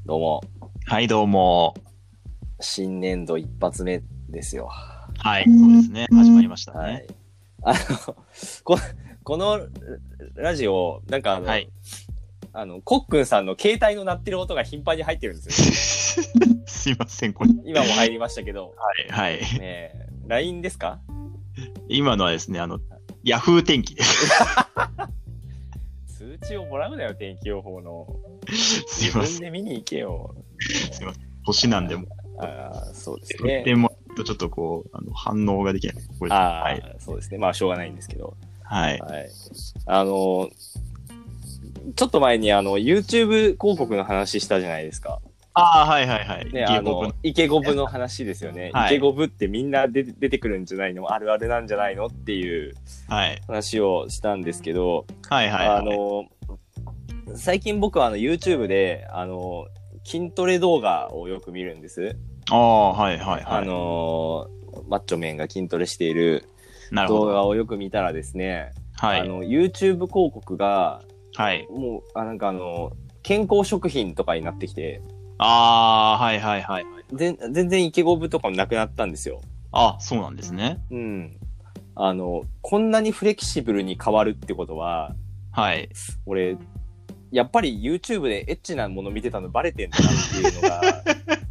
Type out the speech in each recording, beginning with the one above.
どうも、 はい、どうも。 新年度一発目ですよ。 はい、そうですね。始まりましたね。 はい。あの、ここのラジオ、なんかはい。 コックンさんの携帯の鳴ってる音が頻繁に入ってるんですよ。 すいません、これ。 今も入りましたけど、 はい、はい。 ねえ、LINE ですか？ 今のはですね、ヤフー天気です。 通知をもらうなよ、天気予報の。 すい自ません。 分で見に行けよ。 すいません。年なんで、もそうです振ってね。 もらうとちょっと反応ができない。これはい。 そうですね。まあ、しょうがないんですけど。 はい。 はい。あの、ちょっと前にYouTube 広告の話したじゃないですか。 ああ、はい、はい、はい。 ね、 ゲーポップの。 イケゴブの話ですよね。イはい。 ケゴブってみんな出てくるんじゃないの？あるあるなんじゃないのっていうはい。 話をしたんですけど、 はい、はい、 あはい。 の、最近僕はYouTube で、筋トレ動画をよく見るんです。 ああ、はい、はい、 あはい。 の、マッチョメンが筋トレしている動なるほど。 画をよく見たらですね、 はい。 YouTube 広告が、 はい。 もう、健康食品とかになってきて、 ああ、はい、はい、はい。 全然イケゴブとかもなくなったんですよ。 あ、そうなんですね。 うん。こんなにフレキシブルに変わるってことは、 はい。 俺、やっぱり YouTube でエッチなもの見てたのバレてんだなっていうのが、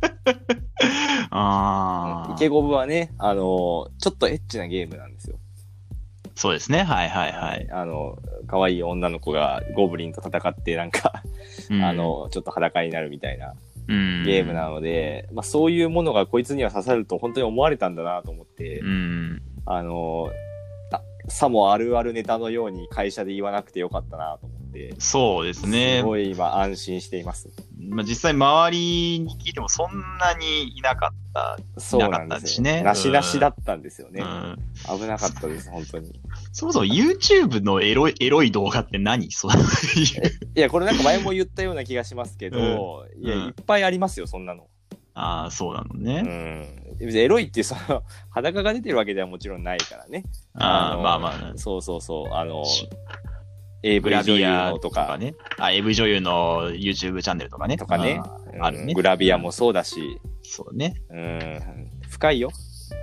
イケああ。 ゴブはね、ちょっとエッチなゲームなんですよ。 そうですね。はいはいはい。 はい。 可愛い女の子がゴブリンと戦ってなんかうん。 ちょっと裸になるみたいなうゲームなん。 ので、まあそういうものがこいつには刺さると本当に思われたんだなと思っうて、 ん。 あの、さもあるあるネタのように会社で言わなくてよかったなと思って、 そうですすね。 ごい今安心しています。 まあ、実際周りに聞いてもそんなにいそうなかったなんですよ。 しね。 なしなしだったんですようね。 ん。 危なかったです、本当に。 そもそも YouTube のエロい動画って何そういう。 いや、これなんか前も言ったような気がしますけうん。 ど、いや、いっうん。 ぱいありますよ、そんなの。 ああ、そうなのうね。 ん。別にエロいっていう、裸が出てるわけではもちろんないからね。 ああ、まあまあ、 そうそうそう、 しグ AV ラ女優ビアのとか、 とかね。あ、AV 女優の YouTube チャンネルとかね。うん。 とかね。 あるね。 グラビうん。 アもそうだし、 そうね。 深いよ。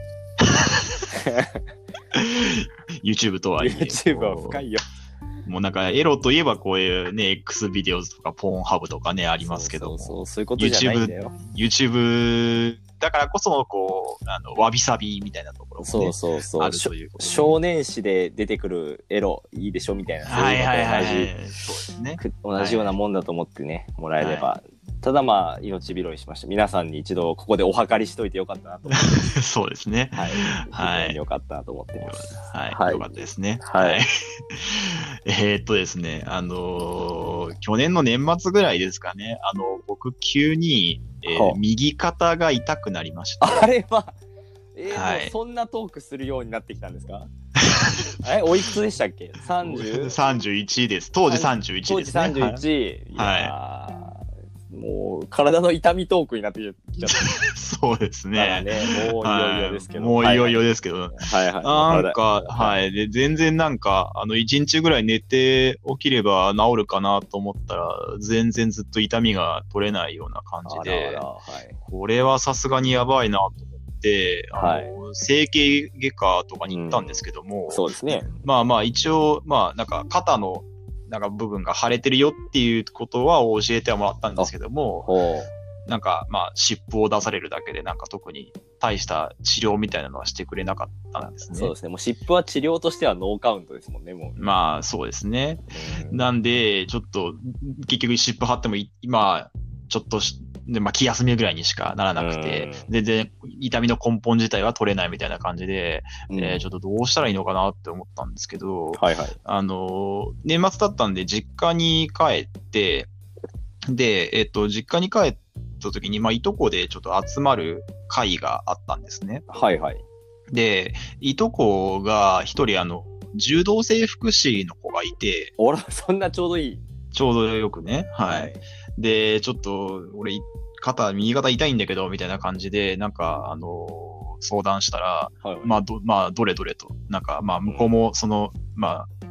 YouTube とはいえ、 YouTube は深いよ。 もうなんかエロといえばこういうね、X ビデオとかポーンハブとかね、ありまそうすけども、 そうそう、そういうことじゃないんだよ。 YouTube だからこそのわびさびみたいなところもそうね、 そうそう。 あるということでね。 少年誌で出てくるエロいいでしょみたいな、そういうのとはいはいはいはい。そうですね。 同じようなはい。 もんだと思ってね、もらえれはい。 ば。ただまあ、命拾いしました。皆さんに一度ここでお計りしといてよかったなと思って。 そうですね。 はい。非常にはい。 良かったなと思ってます。 はい。 はい。 よかったですね。はい。 はい。 ですね、去年の年末ぐらいですかね、僕急に、 は右肩が痛くなりましあ、あて、 れは、もうはい。 そんなトークするようになってきたんですか？おいくつでしたっけ？ 30？ 31です。当時31 当時ですね。はい。 31。いはい。 やー、もう体の痛みトークになってきちゃっそうですね。 たらね、もういよいよはい。 ですけど。 もういよいはいはい。 よですけど。 はいはい。もう体、 なんか、 はい。 はい。で、全然なんか、1日ぐらい寝て起きれば治るかなと思ったら、全然ずっと痛みが取れないような感じあらあら、 で、 はい。 これはさすがにやばいなと思って、 はい。 整形外科とかに行ったんでうん。 すけども、 そうですね。 まあまあ一応、まあなんか肩のなんか部分が腫れてるよっていうことは教えてはもらったんであ、 すけども、 ほう。 なんかまあ湿布を出されるだけでなんか特に大した治療みたいなのはしてくれなかったんですね。 そうですね。もう湿布は治療としてはノーカウントですもんね、もう。 まあそうですね。 うん。 なんで、ちょっと結局湿布貼っても今、ちょっとで、まあ気休めぐらいにしかならうなくて、 ん。 全然痛みの根本自体は取れないみたいな感じで、 うん。 ちょっとどうしたらいいのかなって思ったんですけど、 はいはい。 年末だったんで実家に帰って、で、実家に帰った時に、まあ、いとこでちょっと集まる会があったんですね。 はいはい。 で、いとこが一人柔道整復師の子がいて、 おら、そんなちょうどいい。 ちょうどよくね、はい。 はい。 で、ちょっと、俺、右肩痛いんだけど、みたいな感じで、なんか、相談したら、 はいはい。 まあ、どれどれと、なんか、まあ、向こううん。 も、まあ、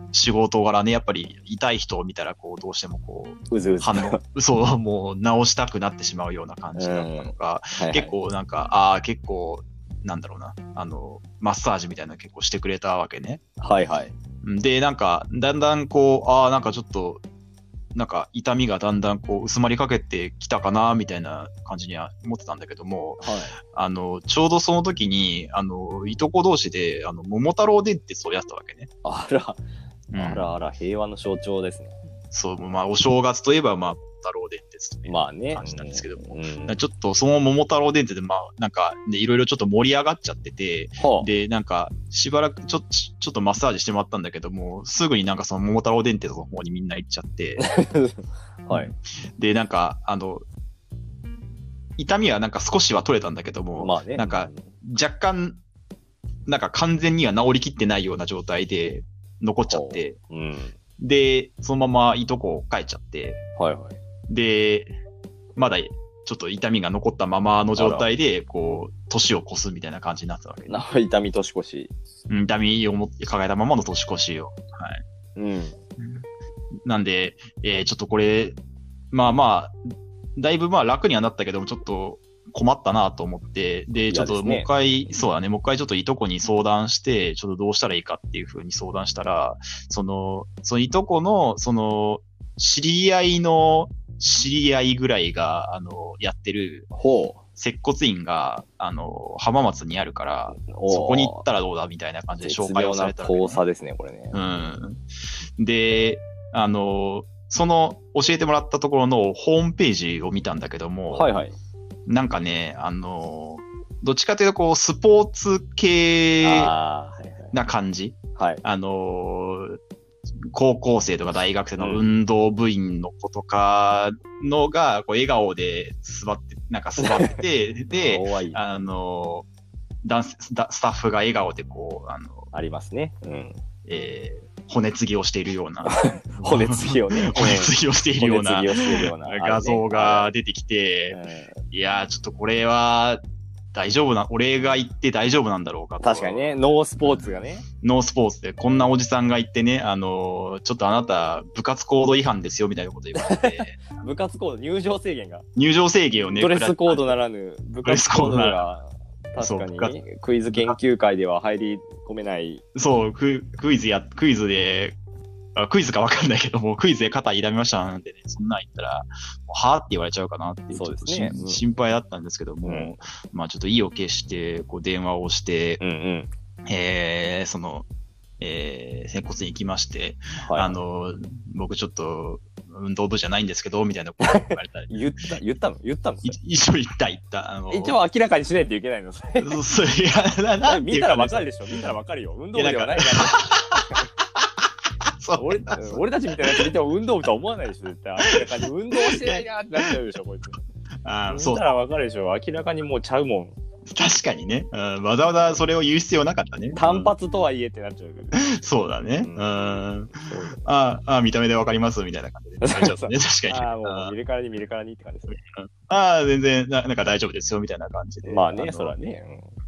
仕事柄ね、やっぱり痛い人を見たら、こう、どうしてもこう、 うずうず。 反応、そう、もう直したくなってしまうような感じだったのが、 はいはい、 結構なんか、結構、なんだろうな、マッサージみたいなの結構してくれたわけね。 はいはい。 で、なんか、だんだんこう、なんかちょっと、なんか痛みがだんだんこう薄まりかけてきたかな、みたいな感じには思ってたんだけども、 はい、 ちょうどその時に、いとこ同士で、桃太郎電鉄をやったわけね。 あら、 うん、 あらあら、平和の象徴ですね。 そう、まあ、お正月といえば、まあ、桃太郎電鉄というまあね。 感じなんですけども、 うん、 ちょっとその桃太郎電鉄で、まあ、なんか、ね、いろいろちょっと盛り上がっちゃってて、で、なんか、しばらくちょっとマッサージしてもらったんだけども、すぐになんかその桃太郎電鉄の方にみんな行っちゃって、 はい。 で、なんか、痛みはなんか少しは取れたんだけども、 まあね、 なんか、若干、なんか完全には治りきってないような状態で残っちゃって、 うん、 で、そのままいとこ帰っちゃって、 はいはい。 で、まだちょっと痛みが残ったままの状態で、こう、年を越すみたいな感じになってたわけ、ね。 痛み年越し。 痛みを抱えたままの年越しを。はい。 うん。 なんで、ちょっとこれ、まあまあ、だいぶまあ楽にはなったけども、ちょっと困ったなと思って、で、ちょっともう一回、そうだね、もう一回ちょっといとこに相談して、ちょっとどうしたらいいかっていうふうに相談したら、そのいとこの、知り合いの知り合いぐらいが、やってる、接骨院が、浜松にあるから、そこに行ったらどうだみたいな感じで紹介をされた、 ね。交差ですね、これね。 うん。で、その教えてもらったところのホームページを見たんだけども、 はいはい。 なんかね、どっちかというとこう、スポーツ系な感じ。 はい。 高校生とか大学生の運動部員の子とかのが、こう、笑顔で座ってて、で、スタッフが笑顔でこう、 ありますね。うん。 骨継ぎをしているような。 骨継ぎをね。 骨継ぎをしているような画像が出てきて、いやー、ちょっとこれは、大丈夫な、俺が行って大丈夫なんだろうかと。 確かにね、ノースポーツがね。 ノースポーツで、こんなおじさんが行ってね、ちょっとあなた、部活コード違反ですよ、みたいなこと言われて。 部活コード、入場制限が。 入場制限をね、 ドレスコードならぬ、部活コードが、確かに、クイズ研究会では入り込めない。 そう、クイズで、クイズかわかんないけども、クイズで肩痛めましたなんてね、そんなん言ったら、はぁって言われちゃうかなっていう、 そうですね。 心配だったんですけども、まあちょっと意を決して、こう電話をして、接骨院行きまして、僕ちょっと、運動部じゃないんですけど、みたいなこと言われたり。 言ったの一応言った。 一応明らかにしないといけないのそれ。見たらわかるでしょ。見たらわかるよ。運動部ではないから。俺たちみたいなやつ見ても運動部とは思わないでしょ、絶対。明らかに運動してないなってなっちゃうでしょ、こいつ。見たらわかるでしょ。明らかにもうちゃうもん。 確かにね、わざわざそれを言う必要なかったね。 単発とはいえってなっちゃうけど。 そうだね。見た目でわかりますみたいな感じで。確かに。 もう見るからにって感じですね。 全然なんか大丈夫ですよみたいな感じで。 まあね、そらね。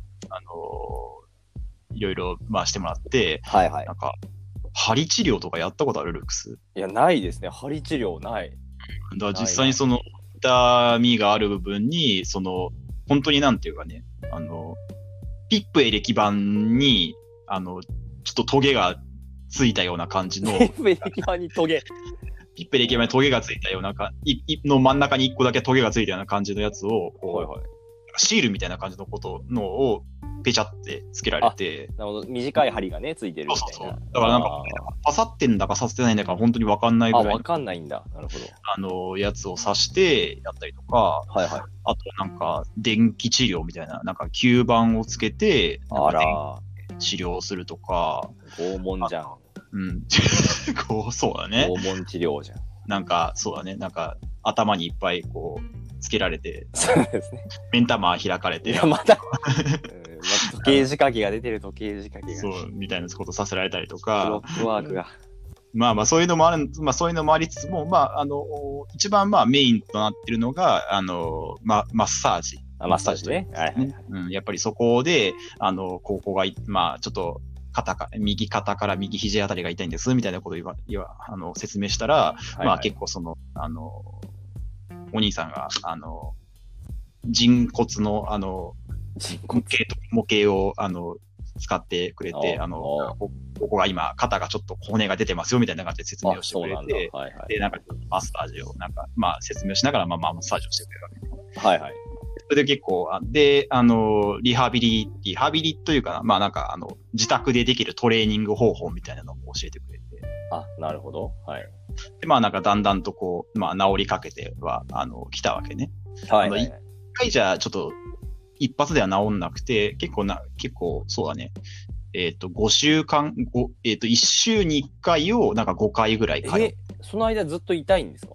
いろいろしてもらって、 はいはい。 なんか、針治療とかやったことあるルックス？ いや、ないですね。針治療ない。 実際にその痛みがある部分に、本当になんていうかね、ピップエレキ板に、ちょっとトゲがついたような感じの。 ピップエレキ板にトゲ。 ピップエレキ板にトゲがついたようなの真ん中に一個だけトゲがついたような感じのやつを、シールみたいな感じのをペチャってつけられて。 なるほど。短い針がね、ついてるみたいな。 そう。だからなんか、刺さってんだか刺さってないんだか本当にわかんないぐらい。 わかんないんだ。なるほど。やつを刺してやったりとか、 はいはい。 あとなんか、電気治療みたいな、なんか吸盤をつけて、治療するとか。 拷問じゃん。 そうだね。 拷問治療じゃん。 なんか、そうだね。なんか、頭にいっぱいこう、つけられて。 そうですね。 目ん玉開かれて。 いや、また。時計仕掛けが出てる時計仕掛けが。 そう、みたいなことさせられたりとか。 ブロックワークが。 そういうのもある、そういうのもありつつも、一番メインとなってるのが、マッサージ。 マッサージね。はい。 やっぱりそこで、ここが、ちょっと、 右肩から右肘あたりが痛いんです、みたいなことを説明したら、まあ結構お兄さんが、人骨の、模型を、使ってくれて、ここが今、肩がちょっと骨が出てますよ、みたいな感じで説明をしてくれて、で、なんか、マッサージを、なんか、まあ、説明をしながら、まあ、マッサージをしてくれるわけね。 はいはい。 それで結構、で、リハビリというかな、まあ、なんか、自宅でできるトレーニング方法みたいなのを教えてくれて。 あ、なるほど。はい。 で、まあ、なんか、だんだんとこう、まあ、治りかけては、来たわけね。 はい、はい。 一回じゃ、ちょっと、一発では治んなくて、結構、そうだね。5週間、1週に1回を、なんか5回ぐらい通う。 その間ずっと痛いんですか？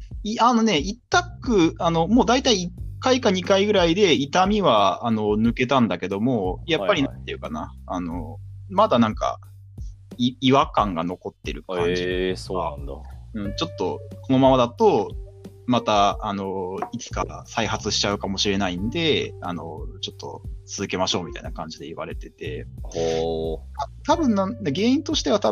もう大体1回か2回ぐらいで痛みは、抜けたんだけども、やっぱりなんていうかな、まだなんか、違和感が残ってる感じ。 そうなんだ。 ちょっと、このままだと、また、いつか再発しちゃうかもしれないんで、ちょっと続けましょうみたいな感じで言われてて。多分原因としては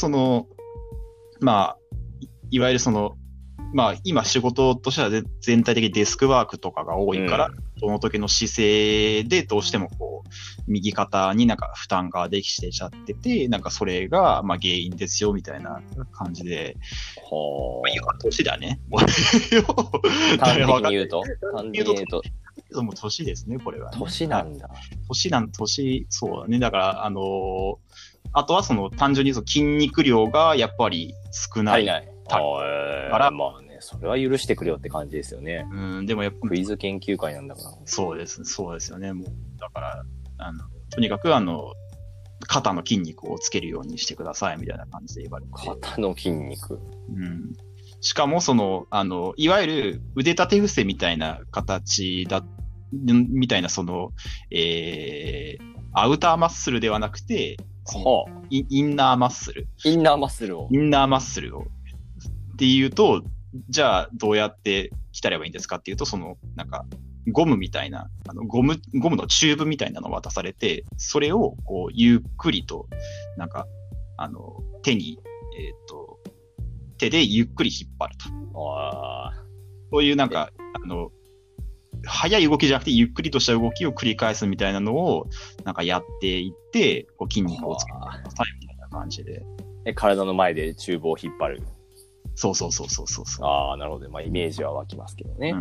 まあ、いわゆるまあ、今仕事としては全体的にデスクワークとかが多いから、その時の姿勢でどうしてもこう、右肩になんか負担ができてちゃってて、なんかそれがまあ原因ですよみたいな感じで、年だね。 単純に言うと。 もう年ですね、これは、ね。 年なんだ。 そうだね。だから、あとは単純に筋肉量がやっぱり少ない。 足りない。まあね、それは許してくれよって感じですよね。 でもやっぱクイズ研究会なんだから。 そうですよね。もう、だから、とにかく肩の筋肉をつけるようにしてくださいみたいな感じで言われて。 肩の筋肉。 しかもいわゆる腕立て伏せみたいな形みたいなアウターマッスルではなくて、インナーマッスル。 インナーマッスルを。 っていうと、じゃあどうやって鍛えればいいんですかっていうと、なんか、ゴムみたいな、ゴムのチューブみたいなのを渡されて、それをこう、ゆっくりと、なんか、手でゆっくり引っ張ると。そういうなんか、速い動きじゃなくてゆっくりとした動きを繰り返すみたいなのを、なんかやっていって、こう筋肉をつけてくださいみたいな感じで。 体の前でチューブを引っ張る。 そう。 なるほど。まあ、イメージは湧きますけどね。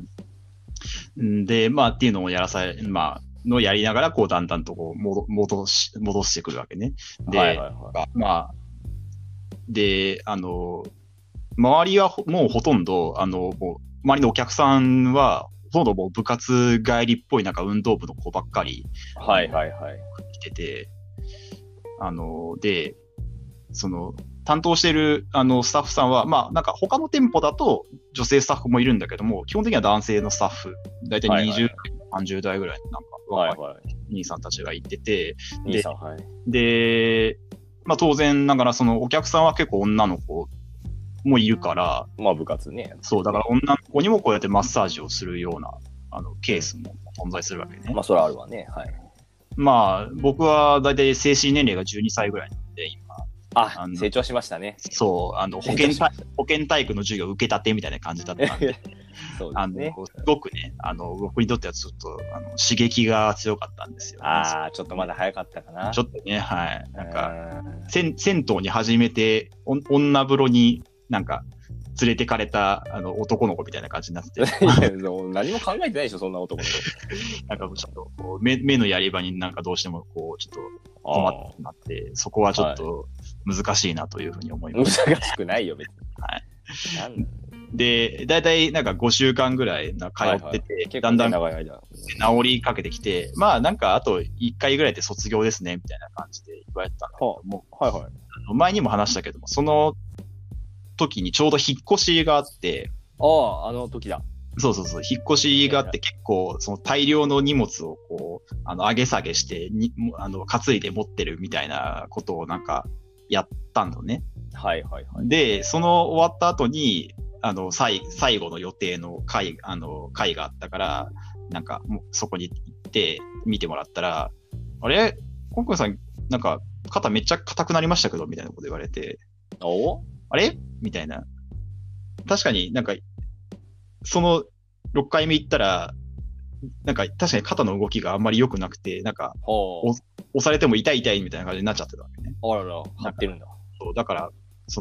で、まあ、っていうのをやりながら、こう、だんだんとこう、戻してくるわけね。で、まあ、で、周りはもうほとんど、もう、周りのお客さんは、ほとんどもう部活帰りっぽいなんか運動部の子ばっかり。来てて、で、担当してる、スタッフさんは、まあ、なんか他の店舗だと女性スタッフもいるんだけども、基本的には男性のスタッフ、だいたい20代、30代ぐらいのなんか、若い兄さんたちがいてて、で、まあ当然ながらお客さんは結構女の子もいるから、 まあ部活ね。 そう、だから女の子にもこうやってマッサージをするような、ケースも存在するわけね。 まあそれはあるわね。はい。 まあ、僕はだいたい精神年齢が12歳ぐらいなんで、今。 成長しましたね。 そう、保健体育の授業受けたてみたいな感じだったんで。 そうですね。 すごくね、僕にとってはちょっと、刺激が強かったんですよ、ね。 ちょっとまだ早かったかな。 ちょっとね、はい。なんか、銭湯に初めて、女風呂になんか、連れてかれた、男の子みたいな感じになってて。 何も考えてないでしょ、そんな男の子。 なんかちょっとこう、目のやり場になんかどうしてもこう、ちょっと困ってなって、そこはちょっと難しいなというふうに思います。 難しくないよ、別に。 はい。で、だいたいなんか5週間ぐらい通ってて、だんだん治りかけてきて、まあなんかあと1回ぐらいで卒業ですね、みたいな感じで言われてたんだけども、前にも話したけども、その時にちょうど引っ越しがあって、 あの時だ。 そう、引っ越しがあって結構、大量の荷物をこう、上げ下げして、担いで持ってるみたいなことをなんか、やったのね。で、終わった後に、最後の予定の会があったから、なんか、そこに行って見てもらったら、あれコンコンさん、なんか、 肩めっちゃ硬くなりましたけど、みたいなこと言われて、 おあれみたいな。確かになんか、その6回目行ったら、なんか確かに肩の動きがあんまり良くなくて、なんか、押されても痛いみたいな感じになっちゃってたわけね。 あらら、張ってるんだ。 そう、だから、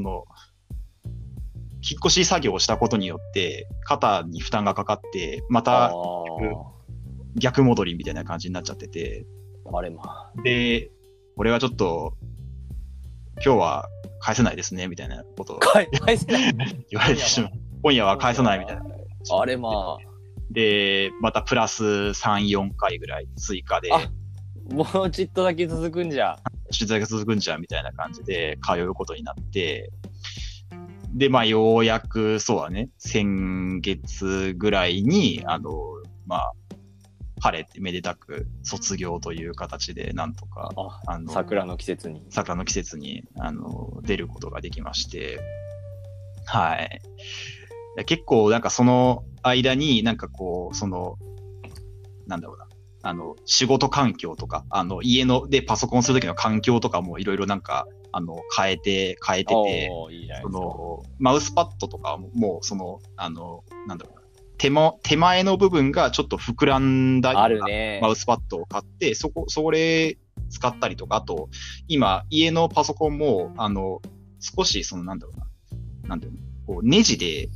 引っ越し作業をしたことによって、肩に負担がかかって、また逆戻りみたいな感じになっちゃってて。 あれまあ。 で、俺はちょっと、今日は返せないですね、みたいなことを返せない言われてしまう。今夜は返さないみたいな。 あれまあ。 で、またプラス3、4回ぐらい追加で。 もうちっとだけ続くんじゃ。 取材が続くんじゃんみたいな感じで通うことになって、で、まあ、ようやく、そうだね、先月ぐらいに、まあ、晴れてめでたく卒業という形で、なんとか、 桜の季節に、 出ることができまして、はい。結構、なんかその間に、なんかこう、なんだろうな。仕事環境とか、家でパソコンするときの環境とかもいろいろなんか、変えてて、 いいじゃないですか。 マウスパッドとかも、なんだろうな、手前の部分がちょっと膨らんだようなマウスパッドを買って、それ使ったりとか、あと、今、家のパソコンも、少し、なんだろうな、なんていうの、こう、ネジで、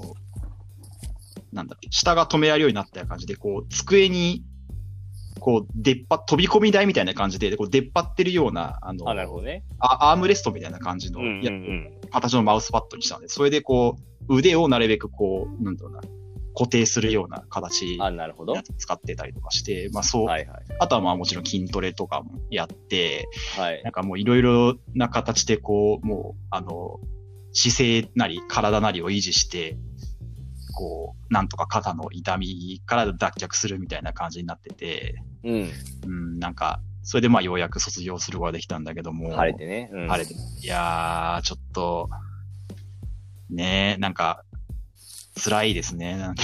なんだ、下が止められるようになった感じで、こう、机に、こう、飛び込み台みたいな感じで、こう出っ張ってるような、 なるほどね。 アームレストみたいな感じの、形のマウスパッドにしたんで、それでこう、腕をなるべくこう、なんだろうな、固定するような形で使ってたりとかして、まあそう、あとはまあもちろん筋トレとかもやって、なんかもういろいろな形でこう、もう、姿勢なり体なりを維持して、こう、なんとか肩の痛みから脱却するみたいな感じになってて、なんか、それでまあようやく卒業することができたんだけども。 晴れてね。 晴れて。いやー、ちょっと、ねえ、なんか、辛いですね。なんて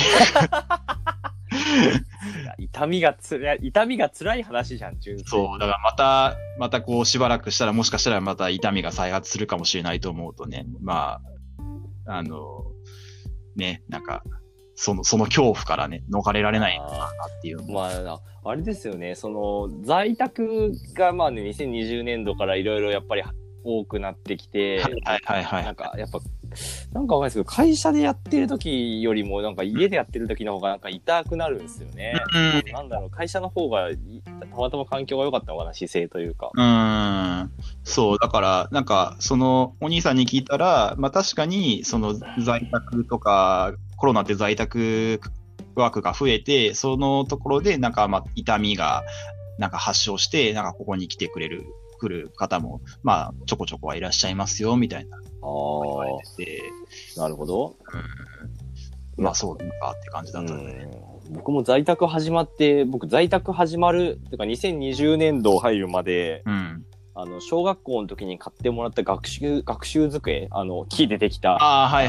痛みが辛い話じゃん、純粋。 そう、だからまたこうしばらくしたらもしかしたらまた痛みが再発するかもしれないと思うとね、まあ、ね、なんか、その恐怖からね、逃れられないのかなっていう。 まあ、あれですよね、在宅がまあね、2020年度からいろいろやっぱり多くなってきて、なんかやっぱ、なんかわかんないですけど、会社でやってる時よりも、なんか家でやってる時の方がなんか痛くなるんですよね。なんだろう、会社の方がたまたま環境が良かったのかな、姿勢というか。 そう、だから、なんか、お兄さんに聞いたら、まあ確かに、在宅とか、コロナって在宅ワークが増えて、そのところで、なんか、まあ、痛みが、なんか発症して、なんかここに来る方も、まあ、ちょこちょこはいらっしゃいますよ、みたいな。言われてて。 なるほど。 まあ、そうかって感じだったね。 僕も在宅始まる、てか2020年度入るまで、小学校の時に買ってもらった学習机、木でできた。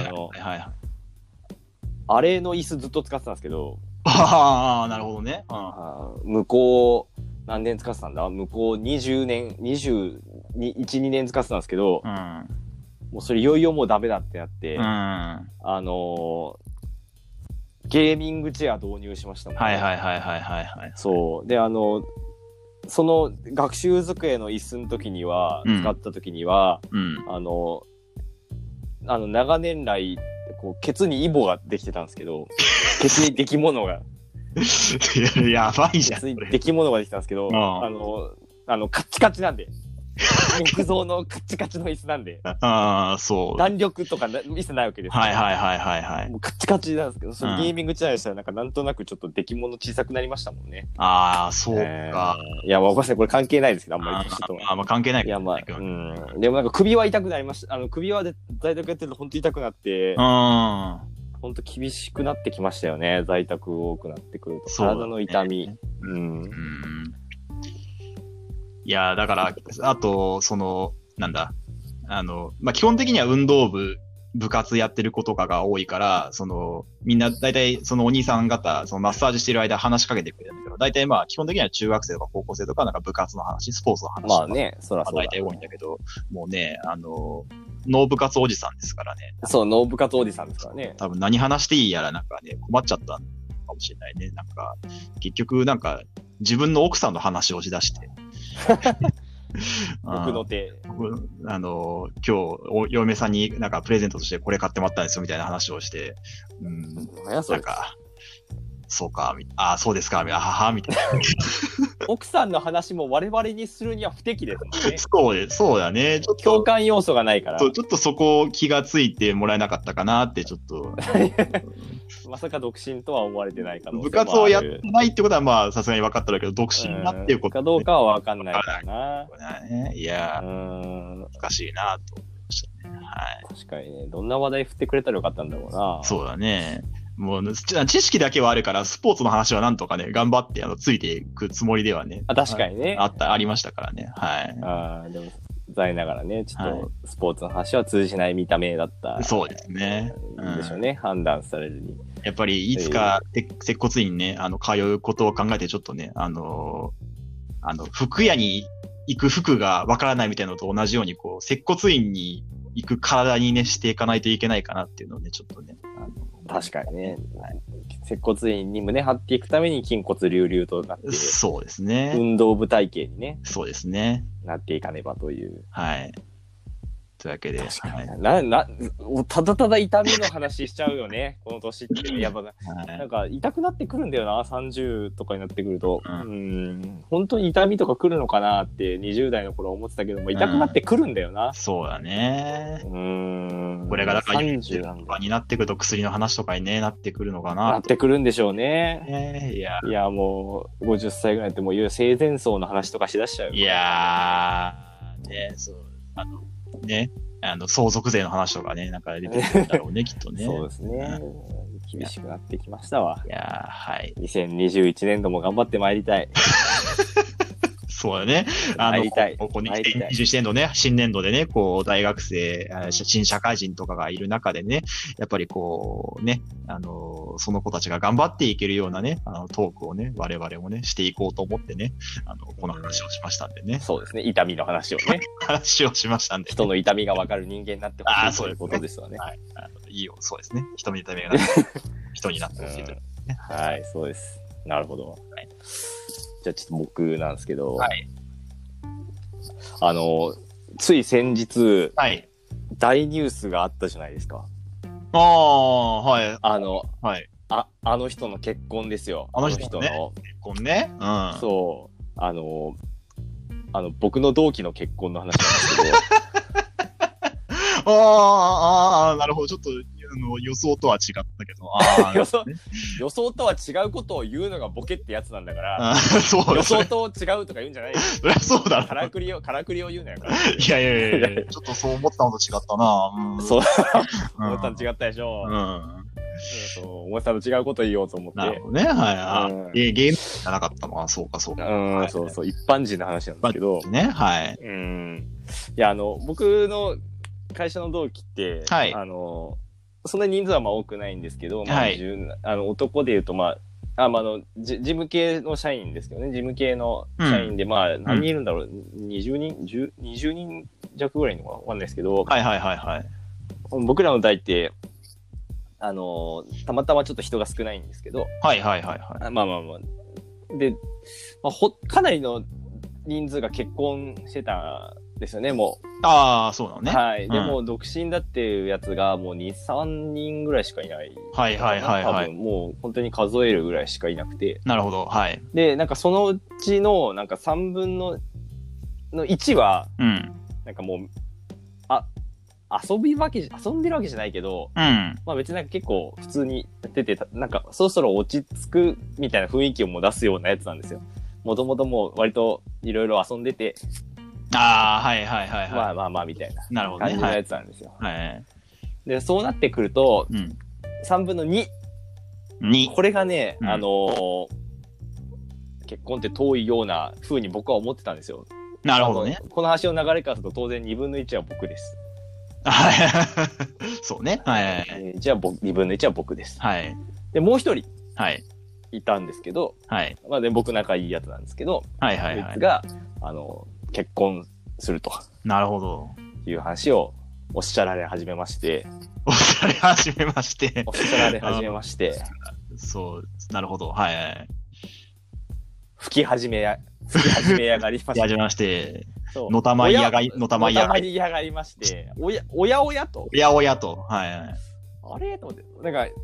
あれの椅子ずっと使ってたんですけど。 なるほどね。 向こう、何年使ってたんだ？向こう20年、21、2年使ってたんですけど、もうそれいよいよもうダメだってなって、ゲーミングチェア導入しましたもんね。そう。で、その学習机の椅子の時には、使った時には、長年来、こう、ケツにイボができてたんですけど、ケツに出来物が。 やばいじゃん。 出来物ができたんですけど、カッチカチなんで。木造のカッチカチの椅子なんで。 そう。 弾力とか一切ないわけです。もうカッチカチなんですけど、そのゲーミングチェアでしたらなんとなくちょっと出来物小さくなりましたもんね。 そうか。 いや、わかんない。これ関係ないですけど、あんまり年と。 まあ関係ないけど。 いや、まあ、でもなんか首は痛くなりました。首はで在宅やってると本当痛くなって、本当厳しくなってきましたよね。在宅多くなってくると。体の痛み。 いや、だから、あと、なんだ、まあ、基本的には運動部部活やってる子とかが多いから、みんな大体そのお兄さん方、そのマッサージしてる間話しかけてくれるんだけど、大体まあ基本的には中学生とか高校生とかなんか部活の話、スポーツの話。 まあね、そらそうだ。 大体多いんだけど、もうね、脳部活おじさんですからね。 そう、脳部活おじさんですからね。 多分何話していいやらなんかね、困っちゃったのかもしれないね。なんか、結局なんか自分の奥さんの話をしだして。 僕の手。 今日、嫁さんになんかプレゼントとしてこれ買ってもらったんですよみたいな話をして、なんか、そうか、そうですか、はは、みたいな。 奥さんの話も我々にするには不適ですもんね。 そうだね。 ちょっと共感要素がないから。 ちょっとそこを気がついてもらえなかったかなって、ちょっと。 まさか独身とは思われてない可能性もある。 部活をやってないってことは、まあ、さすがに分かったんだけど、独身だっていうこと、 かどうかは分かんないからな。 いや難しいなと思いましたね。はい。 確かにね、どんな話題振ってくれたらよかったんだろうな。 そうだね。もう、知識だけはあるから、スポーツの話はなんとかね、頑張って、ついていくつもりではね。 確かにね。 ありましたからね。はい。 でも、残念ながらね、ちょっと、スポーツの話は通じない見た目だった。 そうですね。 でしょうね、判断されるに。 やっぱり、いつか、接骨院にね、通うことを考えて、ちょっとね、服屋に行く服がわからないみたいなのと同じように、こう、接骨院に行く体にね、していかないといけないかなっていうのをね、ちょっとね。 確かにね。接骨院に胸張っていくために筋骨隆々となって、 そうですね。 運動部体系にね。 そうですね。 なっていかねばという。 はい。というわけで。 確かに。ただただ痛みの話しちゃうよね、この年って。やっぱ、なんか痛くなってくるんだよな、30とかになってくると。本当に痛みとか来るのかなって20代の頃思ってたけども、痛くなってくるんだよな。 そうだね。これがだから30とかになってくると薬の話とかにね、なってくるのかな。 なってくるんでしょうね。いや、もう50歳ぐらいってもう生前葬の話とかしだしちゃう。 いやー、ね、そう、ね、相続税の話とかね、なんか出てくるんだろうね、きっとね。 そうですね。厳しくなってきましたわ。 いやはい。 2021年度も頑張ってまいりたい。 そうだね。ここ2021年度ね、新年度でね、こう、大学生、新社会人とかがいる中でね、やっぱりこう、ね、その子たちが頑張っていけるようなね、トークをね、我々もね、していこうと思ってね、この話をしましたんでね。 そうですね。痛みの話をね。 話をしましたんで、 人の痛みがわかる人間になってほしいということですよね。 はい。そうですね。人の痛みが人になってほしいというね。 はい、そうです。なるほど。じゃあちょっと僕なんですけど、つい先日、大ニュースがあったじゃないですか。 はい。 あの人の結婚ですよ。 あの人の結婚ね。 そう。僕の同期の結婚の話なんですけど。なるほど。ちょっと、予想とは違ったけど。 予想とは違うことを言うのがボケってやつなんだから、 そう予想と違うとか言うんじゃないよ。 そりゃそうだろ。 からくりを言うなよ。 いや、ちょっとそう思ったのと違ったな。 そう。思ったの違ったでしょ。思ったの違うこと言おうと思って。 なるほどね。はい。ゲームじゃなかったのは、そうか。 そう、一般人の話なんですけど。 ね、はい。 いや、僕の会社の同期って、そんな人数は多くないんですけど、男で言うと、事務系の社員ですけどね、事務系の社員で、何人いるんだろう、20人弱ぐらいいるのかわかんないですけど、僕らの代って、たまたまちょっと人が少ないんですけど、で、かなりの人数が結婚してたんですよね、もう。 そうなのね。 はい。でも、独身だっていうやつがもう2、3人ぐらいしかいない。多分もう本当に数えるぐらいしかいなくて。 なるほど。はい。 で、なんかそのうちの、なんか3分の1は、なんかもう、遊んでるわけじゃないけど、別になんか結構普通にやってて、なんかそろそろ落ち着くみたいな雰囲気をもう出すようなやつなんですよ。もともともう割といろいろ遊んでて、みたいな感じのやつなんですよ。で、そうなってくると、3分の2。これがね、結婚って遠いような風に僕は思ってたんですよ。 なるほどね。 この話の流れからすると当然2分の1は僕です。 そうね。はいはいはい。 じゃあ2分の1は僕です。 はい。 で、もう一人。 はい。 いたんですけど、 はい。 まあね、僕仲いいやつなんですけど、 はいはいはい。 こいつが、結婚すると。 なるほど。 いう話をおっしゃられ始めまして。 おっしゃられ始めまして。 おっしゃられ始めまして。 そう、なるほど。はいはい。 吹き始めやがりまして。 吹き始めまして。 そう。 のたまいやがりまして、おやと。 おやおやと。はいはい。 あれと思って、なんか、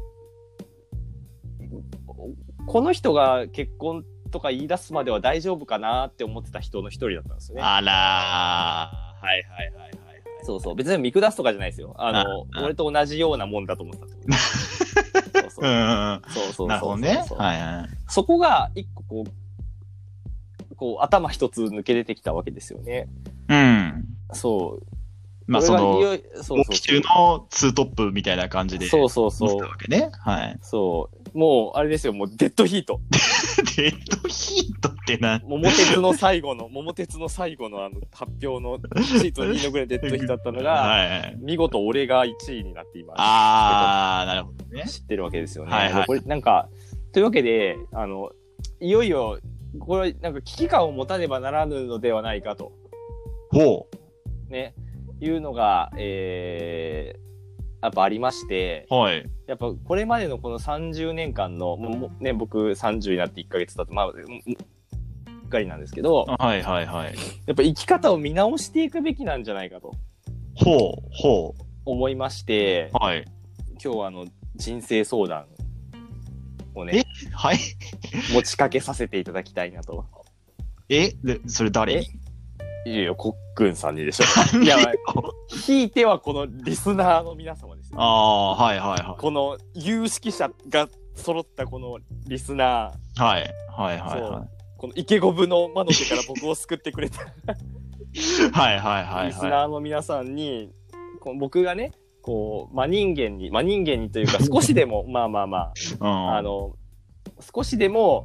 この人が結婚とか言い出すまでは大丈夫かなって思ってた人の一人だったんですよね。 あらー。はいはいはいはい。 そうそう。別に見下すとかじゃないですよ。俺と同じようなもんだと思ってたってこと。そうそう。 なるほどね。はいはい。 そこが一個こう頭一つ抜け出てきたわけですよね。 うん。 そう。 まあ大き中のツートップみたいな感じで。 そう。 わけね。はい。 そう。もう、あれですよ、もうデッドヒート。 デッドヒートって桃鉄の最後の発表のシート2のぐらいデッドヒートだったのが、はい、見事俺が1位になっています。 なるほどね。 知ってるわけですよね。 はいはい。 これなんか、というわけで、いよいよ、これなんか危機感を持たねばならぬのではないかと。 ほう。ね。いうのが、やっぱありまして、 はい。 やっぱこれまでのこの30年間の、ね、僕30になって1ヶ月経って、まあ、っかりなんですけど、 はいはいはい。 やっぱ生き方を見直していくべきなんじゃないかと。思いまして、 はい。 今日は人生相談をね、 はい。 持ちかけさせていただきたいなと。 それ誰に？ いやいや、コックンさんにでしょ。いや、ひいてはこのリスナーの皆様ですよ、ね。 はいはいはい。 この有識者が揃ったこのリスナー。はいはいはい。 このイケゴブの魔の手から僕を救ってくれたはいはいはい。 リスナーの皆さんに、僕がね、こう、真人間にというか少しでも、少しでも、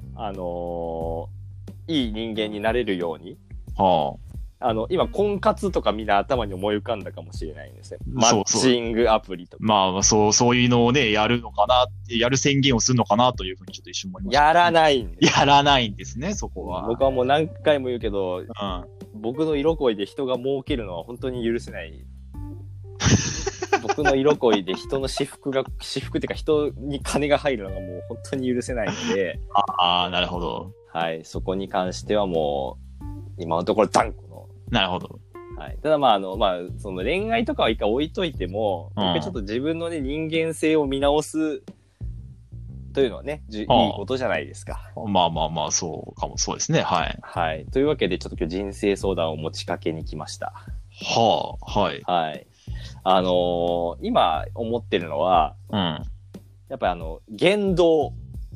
いい人間になれるように。今、婚活とかみんな頭に思い浮かんだかもしれないんですね。マッチングアプリとか。 まあ、そういうのをね、やるのかな、やる宣言をするのかなというふうにちょっと一瞬思いました、 やらないんです。 やらないんですね、そこは。 僕はもう何回も言うけど、僕の色恋で人が儲けるのは本当に許せない。僕の色恋で人の私服っていうか人に金が入るのがもう本当に許せないので。 なるほど。 はい、そこに関してはもう、今のところ断固の。 なるほど。 はい。ただその恋愛とかは一回置いといても、僕ちょっと自分のね、人間性を見直すというのはね、いいことじゃないですか。 まあ、そうかも、そうですね。はい。 はい。というわけで、ちょっと今日人生相談を持ちかけに来ました。 はい。 はい。今思ってるのは、やっぱり言動。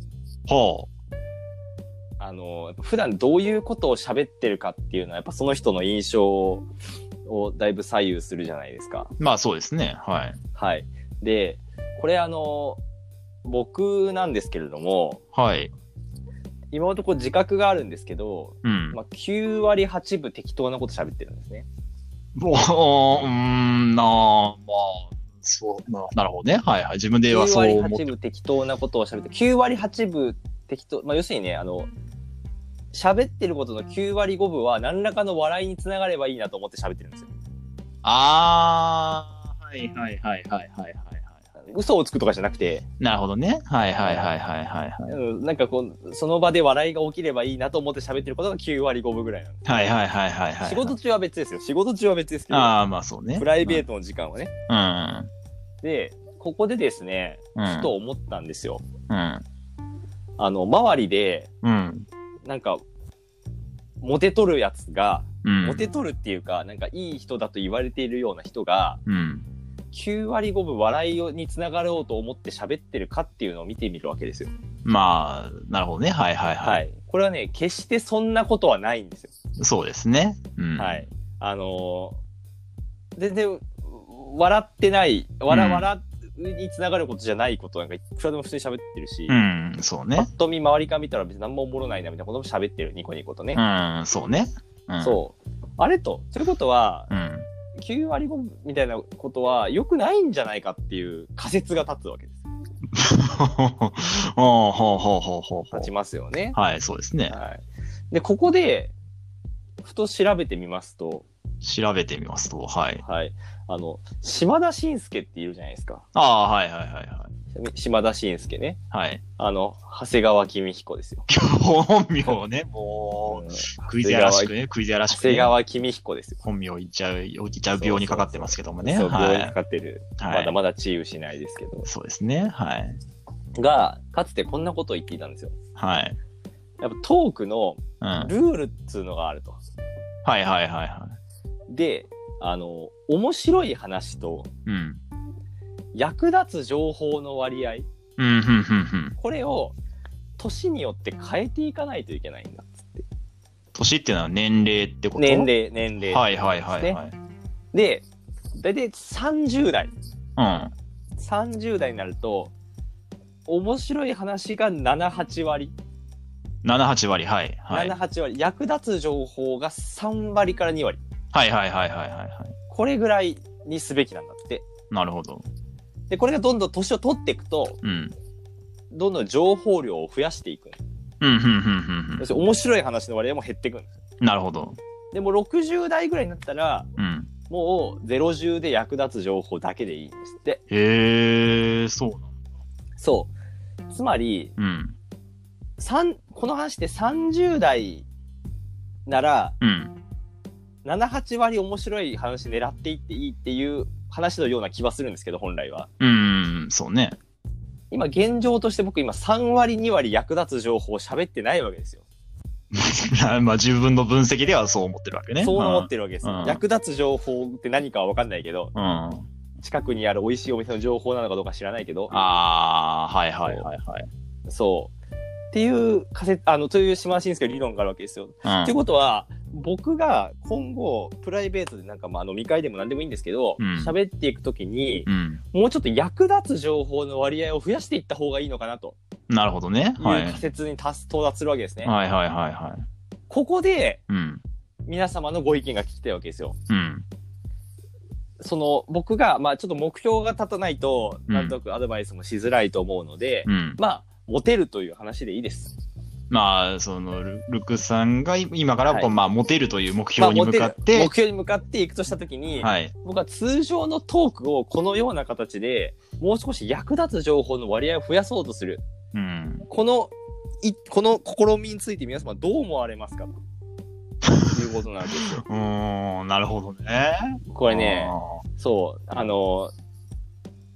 普段どういうことを喋ってるかっていうのはやっぱその人の印象をだいぶ左右するじゃないですか。 まあそうですね。はい。 はい。で、これ僕なんですけれども、 はい。 今のところ自覚があるんですけど、9割8分適当なこと喋ってるんですね。 なるほどね。はいはい。自分ではそう思って。9 割8分適当なことを喋って、9割8分適当、要するにね、喋ってることの9割5分は何らかの笑いにつながればいいなと思って喋ってるんですよ。 はいはいはいはいはいはい。 嘘をつくとかじゃなくて。 なるほどね。はいはいはいはいはい。なんかその場で笑いが起きればいいなと思って喋ってることが9割5分ぐらいなんです。 はいはいはいはいはい。 仕事中は別ですよ。仕事中は別ですけど。 まあそうね。 プライベートの時間はね。で、ここでですね、ふと思ったんですよ。周りで、なんか、モテとるやつが、モテとるっていうか、なんかいい人だと言われているような人が、9割5分笑いにつながろうと思って喋ってるかっていうのを見てみるわけですよ。 まあ、なるほどね。はいはいはい。はい。 これはね、決してそんなことはないんですよ。 そうですね。 はい。全然、笑ってない、笑につながることじゃないことなんかいくらでも普通に喋ってるし、 そうね。 ぱっと見周りから見たら別に何もおもろないなみたいなことも喋ってる、ニコニコとね。 そうね。 そう。あれということは、 9割5分みたいなことは良くないんじゃないかっていう仮説が立つわけです。立ちますよね。 はい、そうですね。 はい。で、ここで、ふと調べてみますと、 はい。 はい。島田紳介っているじゃないですか。 はいはいはいはい。 島田紳介ね。 はい。 長谷川公彦ですよ。 本名ね、もう、クイズ屋らしくね。長谷川公彦ですよ。 本名言っちゃう病にかかってますけどもね。 そう、病にかかってる。まだまだ治癒しないですけど。 そうですね。はい。 が、かつてこんなことを言っていたんですよ。 はい。 やっぱトークのルールっつうのがあると。 はいはいはいはい。 で、面白い話と、役立つ情報の割合、これを年によって変えていかないといけないんだっつって。 年っていうのは年齢ってこと？ 年齢。 はいはいはいはい。 で、だいたい30代。30代になると、面白い話が7、8割。 7、8割、はい。 7、8割。役立つ情報が3割から2割。 はいはいはいはいはい。 これぐらいにすべきなんだって。 なるほど。 で、これがどんどん年を取っていくと、どんどん情報量を増やしていく。要するに面白い話の割合も減っていくんですよ。 なるほど。 でも60代ぐらいになったら、もう010で役立つ情報だけでいいんですって。 へー、そうなんだ。 そう。つまり、この話って30代なら、7、8割面白い話狙っていっていいっていう話のような気はするんですけど、本来は。 そうね。 今現状として僕今3割2割役立つ情報を喋ってないわけですよ。 まあ自分の分析ではそう思ってるわけね。 そう思ってるわけです。役立つ情報って何かは分かんないけど、近くにある美味しいお店の情報なのかどうか知らないけど。 はいはいはいはい。 そう。っていう仮説、という島田紳介の理論があるわけですよ。ということは、僕が今後、プライベートでなんか飲み会でも何でもいいんですけど、喋っていくときに、もうちょっと役立つ情報の割合を増やしていった方がいいのかなと。 なるほどね。 いう仮説に到達するわけですね。 はいはいはいはい。 ここで、皆様のご意見が聞きたいわけですよ。僕が、ちょっと目標が立たないと、なんとなくアドバイスもしづらいと思うので、モテるという話でいいです。 ルクさんが今からモテるという目標に向かって、 目標に向かっていくとしたときに、僕は通常のトークをこのような形でもう少し役立つ情報の割合を増やそうとする。この試みについて皆様どう思われますかということなんですよ。 なるほどね。 これね、そう、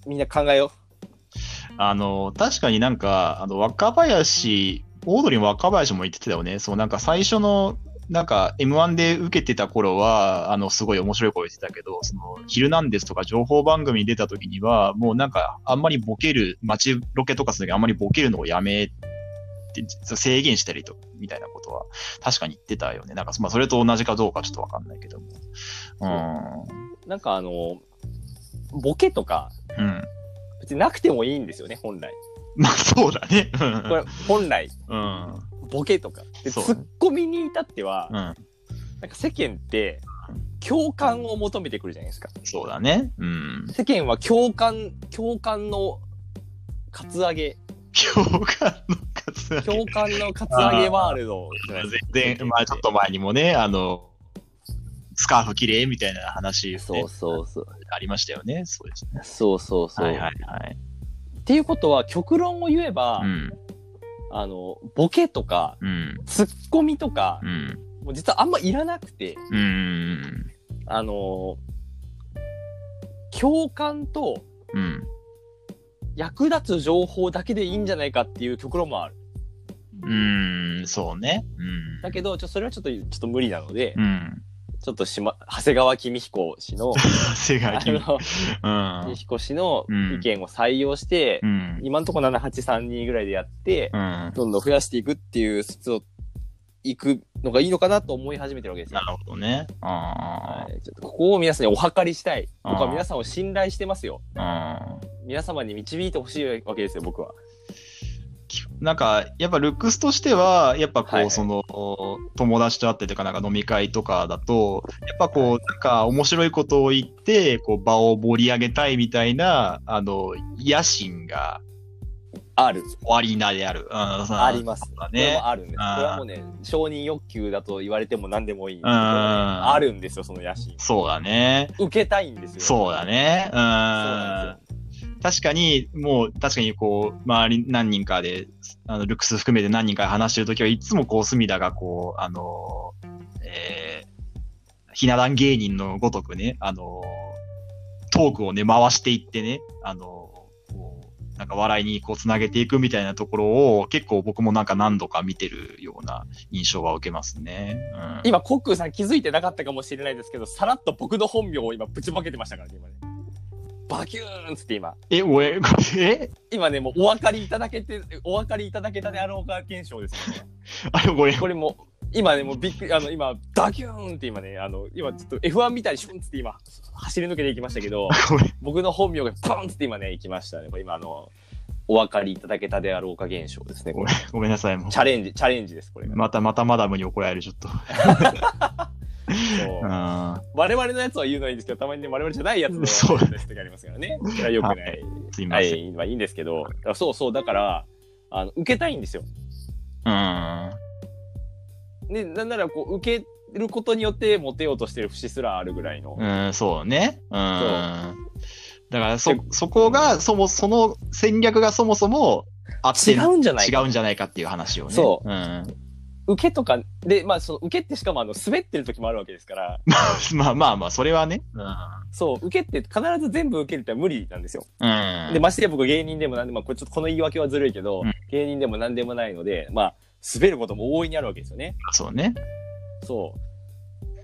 みんな考えよう。 確かになんか、オードリーの若林も言ってたよね。なんか最初の、なんか M1 で受けてた頃は、すごい面白い声言ってたけど、ヒルナンデスとか情報番組に出た時には、もうなんか、あんまり街ロケとかする時あんまりボケるのをやめて、制限したりと、みたいなことは、確かに言ってたよね。なんか、それと同じかどうかちょっとわかんないけども。 なんかボケとか、別になくてもいいんですよね、本来。 そうだね。 これ、本来、ボケとか。で、ツッコミに至っては、なんか世間って、共感を求めてくるじゃないですか。 そうだね。 世間は共感のカツアゲ。共感のカツアゲワールドじゃないですか。 全然、ちょっと前にもね、スカーフ綺麗みたいな話、 そう。 ありましたよね。そうですね。 そう。 はいはいはい。 っていうことは、極論を言えば、ボケとか、ツッコミとか、もう実はあんまいらなくて、共感と、役立つ情報だけでいいんじゃないかっていう極論もある。 そうね。 だけど、それはちょっと無理なので、ちょっと長谷川公彦氏の、公彦氏の意見を採用して、今のところ7832ぐらいでやって、どんどん増やしていくっていう説をいくのがいいのかなと思い始めてるわけですよ。 なるほどね。 ちょっとここを皆さんにお諮りしたい。僕は皆さんを信頼してますよ。皆様に導いてほしいわけですよ、僕は。 なんか、やっぱルックスとしては、やっぱこう、 はいはいその、友達と会ってとか、なんか飲み会とかだと、やっぱこう、なんか面白いことを言って、こう、場を盛り上げたいみたいな、野心がある。 終わりなである。 あります。 そうだこれね。 もあるんです。これはもうね、承認欲求だと言われても何でもいい。 うん。 あるんですよ、その野心。 そうだね。 受けたいんですよ。 そうだね。 そうなんですよ。 確かに、確かにこう、周り何人かで、ルックス含めて何人かで話してるときはいつもこう、隅田がこう、ひな壇芸人のごとくね、トークをね、回していってね、こうなんか笑いにこう、つなげていくみたいなところを、結構僕もなんか何度か見てるような印象は受けますね。 今、コックーさん気づいてなかったかもしれないですけど、さらっと僕の本名を今ぶちまけてましたからね、今ね。バキューンっつって今。今ね、もうお分かりいただけたであろうか現象ですよね。これも、今ね、もうびっくり、今、ダキューンって今ね、今ちょっと F1 みたいにシュンつって今、走り抜けていきましたけど、僕の本名がバンつって今ね、行きましたね。これ今お分かりいただけたであろうか現象ですね。 ごめんなさい、もう。 チャレンジです、これ。 またマダムに怒られる、ちょっと。 そう我々のやつは言うのはいいんですけど、たまにね、我々じゃないやつのやつとかありますからね。それは良くない。 すいません。 まあいいんですけど、だから、受けたいんですよ。で、なんならこう、受けることによってモテようとしてる節すらあるぐらいの。 そうね。だからそこが、その戦略がそもそも違うんじゃないかっていう話をね。 そう。受けとか、で、まあ、その受けってしかも滑ってる時もあるわけですから。 まあ、それはね。 そう、受けって必ず全部受けるって無理なんですよ。で、ましてや僕芸人でもなんで、まあ、これちょっとこの言い訳はずるいけど、芸人でもなんでもないので、まあ、滑ることも大いにあるわけですよね。 そうね。 そう。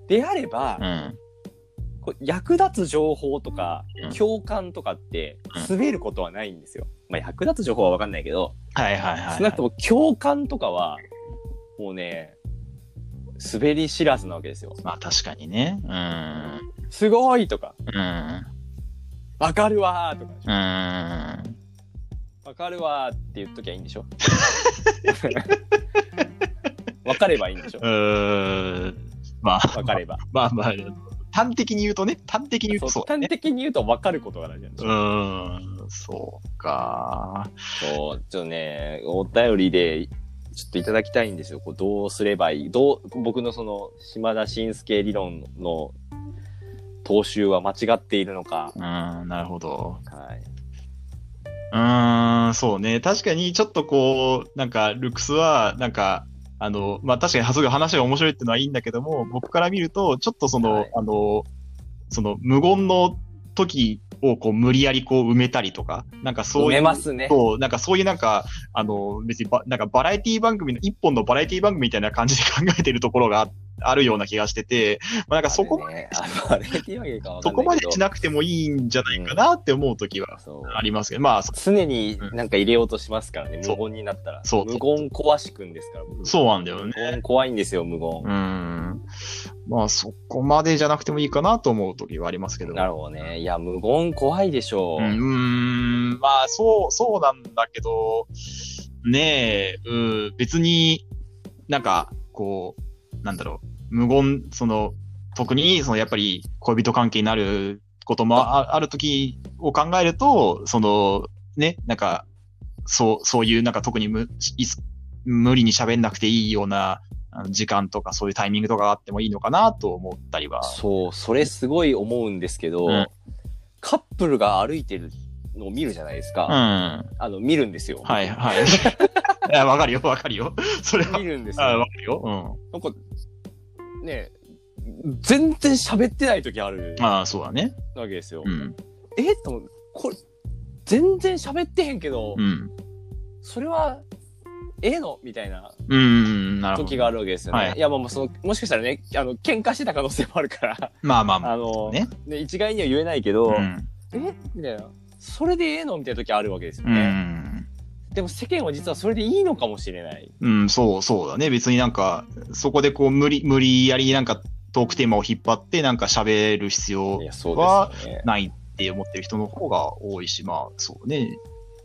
であれば、こう役立つ情報とか、共感とかって、滑ることはないんですよ。まあ、役立つ情報はわかんないけど、少なくとも共感とかは、もうね、滑り知らずなわけですよ。 まあ確かにね。 すごいとか。わかるわーとか。わかるわーって言っときゃいいんでしょわかればいいんでしょまあ。 わかれば。 まあ、端的に言うとね。端的に言うとそう、 端的に言うとわかることが大事なんでしょ。 そうか。 そう、ちょっとね、お便りで、ちょっといただきたいんですよ。こうどうすればいい？僕のその、島田紳介理論の踏襲は間違っているのか。 なるほど。 はい。 そうね。確かに、ちょっとこう、なんか、ルックスは、なんか、まあ、確かにすごい話が面白いっていうのはいいんだけども、僕から見ると、ちょっとその、その、無言の時をこう無理やりこう埋めたりとか、なんかそういう、なんかそういうなんか、別になんかバラエティ番組の、一本のバラエティ番組みたいな感じで考えてるところがあるような気がしてて、まあ、なんかそこまで、そこまでしなくてもいいんじゃないかなって思うときはありますけど、まあ、 常になんか入れようとしますからね、無言になったら。無言壊しくんですから、 そうなんだよね。 無言怖いんですよ、無言。 まあ、そこまでじゃなくてもいいかなと思うときはありますけど。 なるほどね。いや、無言怖いでしょう。 まあ、そうなんだけど、ねえ、別になんか、こう、なんだろう、無言、特に、やっぱり恋人関係になることもあるときを考えると、ね、なんか、そういう、なんか特に無理に喋んなくていいような時間とかそういうタイミングとかあってもいいのかなと思ったりは。 そう、それすごい思うんですけど、カップルが歩いてるのを見るじゃないですか。見るんですよ。 はい。いや、わかるよ。それは。 見るんですよ。 わかるよ。 なんか、ね、全然喋ってない時ある。 そうだね。 わけですよ。これ、全然喋ってへんけど、それは、のみたいな時があるわけですよね。いや、もしかしたらね、喧嘩してた可能性もあるから。 まあ。ね、 一概には言えないけど、みたいな。それでのみたいな時あるわけですよね。でも世間は実はそれでいいのかもしれない。 そうだね。別になんか、そこでこう、無理やりなんかトークテーマを引っ張ってなんか喋る必要はないって思ってる人の方が多いし、まあ、そうね。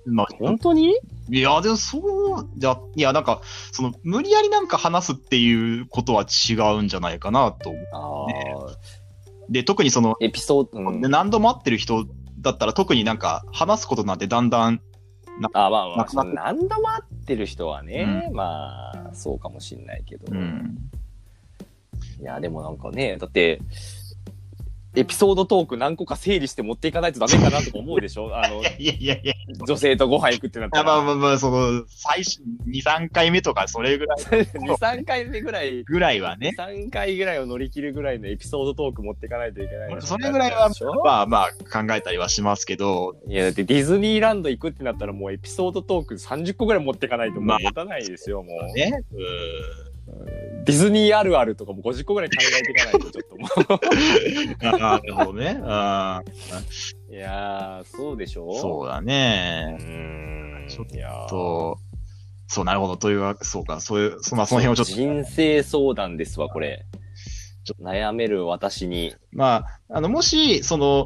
まあ、 本当に？ いや、でもいや、なんか、無理やりなんか話すっていうことは違うんじゃないかなと思う、ね。で、特にエピソード、 何度も会ってる人だったら特になんか話すことなんてだんだんまあ、何度も会ってる人はね、まあ、そうかもしんないけど。いや、でもなんかね、だって、エピソードトーク何個か整理して持っていかないとダメかなとか思うでしょいや。 女性とご飯行くってなったら。 まあ、最初、2、3回目とか、それぐらい。 2、3回目ぐらいはね。 3回ぐらいを乗り切るぐらいのエピソードトーク持っていかないといけない。 それぐらいは、まあ、考えたりはしますけど。 いや、だってディズニーランド行くってなったらもうエピソードトーク30個ぐらい持っていかないともう持たないですよ、もう。 ね。 ディズニーあるあるとかも50個ぐらい考えていかないとちょっともうなるほどね。 いやー、そうでしょ？ そうだね。ちょっと、そう、なるほど。というわけ、そうか、そういう、その辺をちょっと。 人生相談ですわ、これ。悩める私に。 まあ、もし、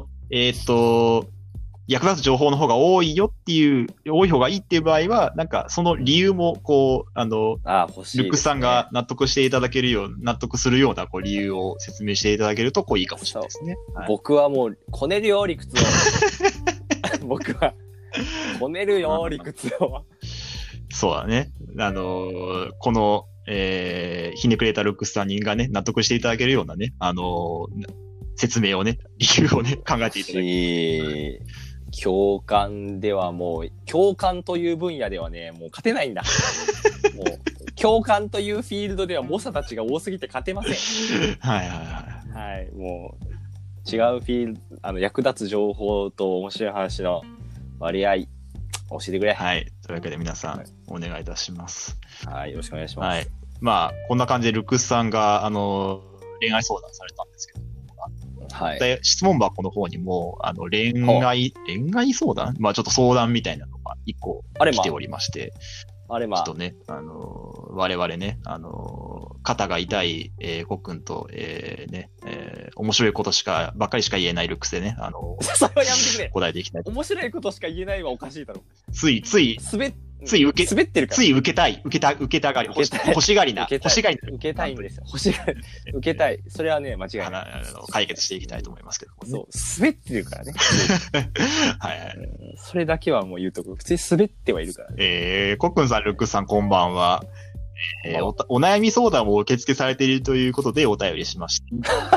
役立つ情報の方が多いよっていう、多い方がいいっていう場合は、なんかその理由も、こう、 欲しいですね、 ルックさんが納得していただけるよう、納得するようなこう理由を説明していただけると、こういいかもしれないですね。 はい、僕はもう、こねるよ、理屈を。僕は、こねるよ、理屈を。 そうだね。この、ひねくれたルックスさんにがね、納得していただけるようなね、説明をね、理由をね、考えていただける。 共感ではもう、共感という分野ではね、もう勝てないんだ。もう、共感というフィールドでは猛者たちが多すぎて勝てません。 はい。 はい、もう、違うフィールド、役立つ情報と面白い話の割合、教えてくれ。 はい。というわけで皆さん、お願いいたします。 はい、よろしくお願いします。 はい。まあ、こんな感じでルックスさんが、恋愛相談されたんですけど、 はい。 で質問箱の方にも、恋愛相談ちょっと相談みたいなのが一個来ておりまして、ちょっとね、我々ね、肩が痛い、コックンと、面白いことばっかりしか言えないルックスでね、 それはやめてくれ。 答えていきたい。 面白いことしか言えないはおかしいだろ。 つい滑ってるから。 つい受けたがり。欲しがりな。 受けたいんですよ。受けたい。それはね、間違いない。 解決していきたいと思いますけどもね。 そう、滑ってるからね。 はい。 それだけはもう言うとく。普通に滑ってはいるからね。コックンさん、ルックスさん、こんばんは。お悩み相談を受付されているということでお便りしました。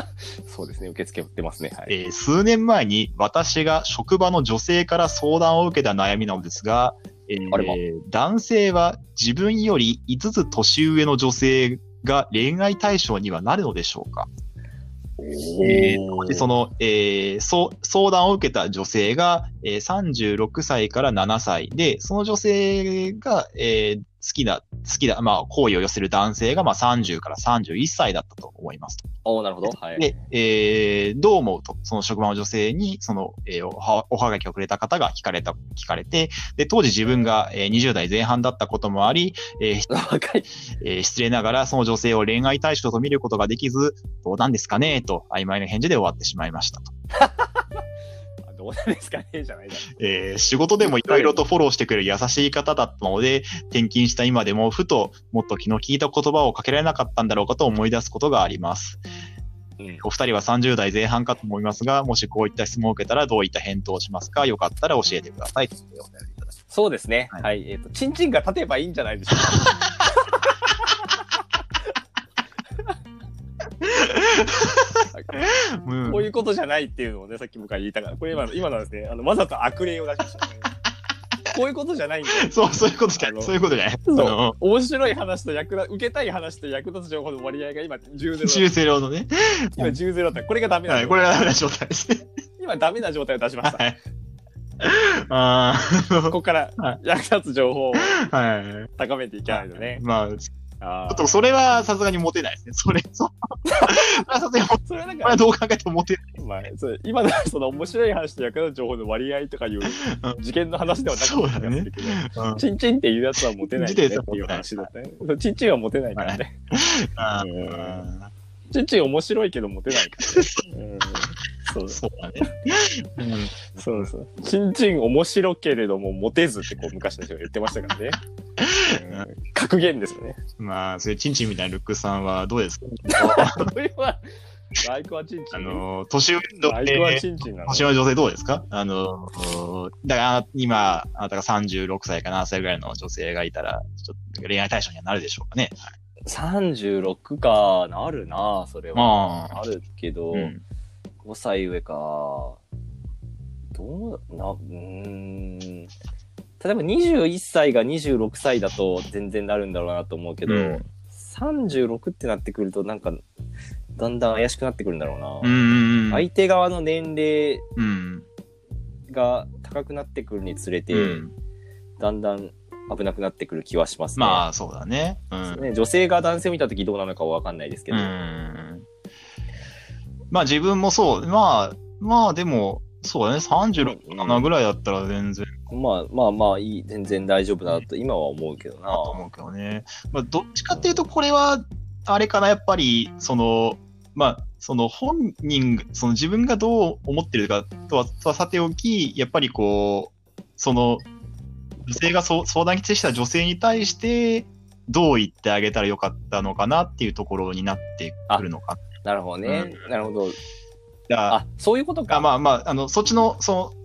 そうですね、受付ってますね。はい。 数年前に私が職場の女性から相談を受けた悩みなのですが、男性は自分より5つ年上の女性が恋愛対象にはなるのでしょうか？相談を受けた女性が、36歳から7歳で、その女性が、好きだ、好意を寄せる男性が、30から31歳だったと思いますと。 なるほど。はい。 で、どう思うと、その職場の女性に、おはがきをくれた方が聞かれて、で、当時自分が、20代前半だったこともあり、失礼ながらその女性を恋愛対象と見ることができず、どうなんですかねと、曖昧な返事で終わってしまいましたと。 どうなんですかねじゃないだ。 仕事でもいろいろとフォローしてくれる優しい方だったので、転勤した今でもふともっと気の利いた言葉をかけられなかったんだろうかと思い出すことがあります。お二人は30代前半かと思いますが、もしこういった質問を受けたらどういった返答をしますか？よかったら教えてください。 そうですね。はい。チンチンが立てばいいんじゃないでしょうか。こういうことじゃないっていうのをね、さっき僕は言いたから、これ今のはですね、わざと悪例を出しましたね。こういうことじゃないんだよ。 そういうことじゃない。そういうことじゃない。 そう。面白い話と受けたい話と役立つ情報の割合が今10-0。 10-0のね。 今10-0だった。これがダメなの。はい、これがダメな状態ですね。 今ダメな状態を出しました。 はい、 ここから役立つ情報を高めていかないとね。 ちょっとそれはさすがにモテないですね。それはなんかどう考えてもモテない。 今のその面白い話と役立つ情報の割合とかいう事件の話ではなかったんですけど、チンチンっていうやつはモテないっていう話だったね。チンチンはモテないからね。チンチン面白いけどモテないからね。 そうそうだね。 そうそう。チンチン面白けれどもモテずってこう昔の人が言ってましたからね。格言ですよね。 まあ、そういうチンチンみたいなルックさんはどうですか？ それは、ライクはチンチン。 年上の、 ライクはチンチンなの。 年上の女性どうですか？だから今、あなたが36歳か7歳ぐらいの女性がいたら、ちょっと恋愛対象にはなるでしょうかね。 36か、なるな、それは。あるけど、5歳上か。例えば21歳が26歳だと全然なるんだろうなと思うけど、36ってなってくるとなんか、だんだん怪しくなってくるんだろうな。相手側の年齢が高くなってくるにつれて、だんだん危なくなってくる気はしますね。 まあ、そうだね。 女性が男性を見たときどうなのかはわかんないですけど。 まあ自分もそう。まあでも、そうだね。36ぐらいだったら全然。 まあいい。全然大丈夫だと今は思うけどな。 と思うけどね。まあどっちかっていうとこれは、あれかな、やっぱり、本人、自分がどう思ってるかとはさておき、やっぱりこう、女性が相談に接した女性に対して、どう言ってあげたらよかったのかなっていうところになってくるのか。 なるほどね。なるほど。そういうことか。 そっちの、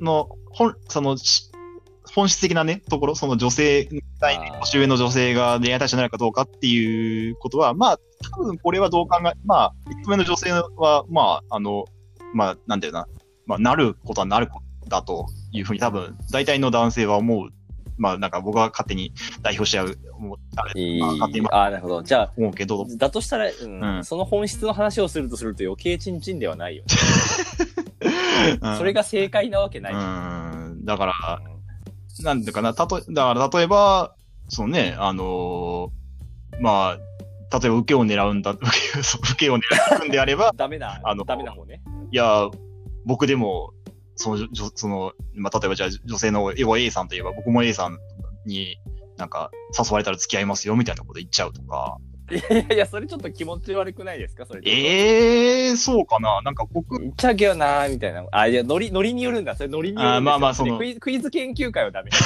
本質的なね、ところ、その女性、年上の女性が恋愛対象になるかどうかっていうことは、まあ、多分これはどう考え、まあ、一目の女性は、なんだよな、なることはなることだというふうに多分、大体の男性は思う。まあ、なんか僕は勝手に代表しちゃう。 なるほど。じゃあ、 思うけど。 だとしたら、その本質の話をすると余計チンチンではないよね。それが正解なわけない。 だから、なんでかな、例えば、そうね、例えば受けを狙うんであれば、 ダメな方ね。 いや、僕でも、例えばじゃあ女性のA さんといえば、僕も A さんになんか誘われたら付き合いますよみたいなこと言っちゃうとか。 いや、それちょっと気持ち悪くないですかそれ。 そうかな。なんか僕。 言っちゃうけどなーみたいな。いや、ノリによるんだ。それノリによるんだ。クイズ研究会はダメ。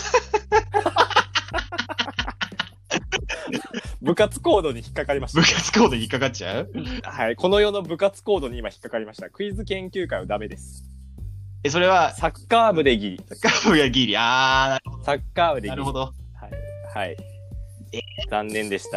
部活コードに引っかかりました。 部活コードに引っかかっちゃう？ はい。この世の部活コードに今引っかかりました。クイズ研究会はダメです。 それはサッカー部でギリ。 サッカー部がギリ。なるほど。 サッカー部でギリ。 なるほど。 はい。残念でした。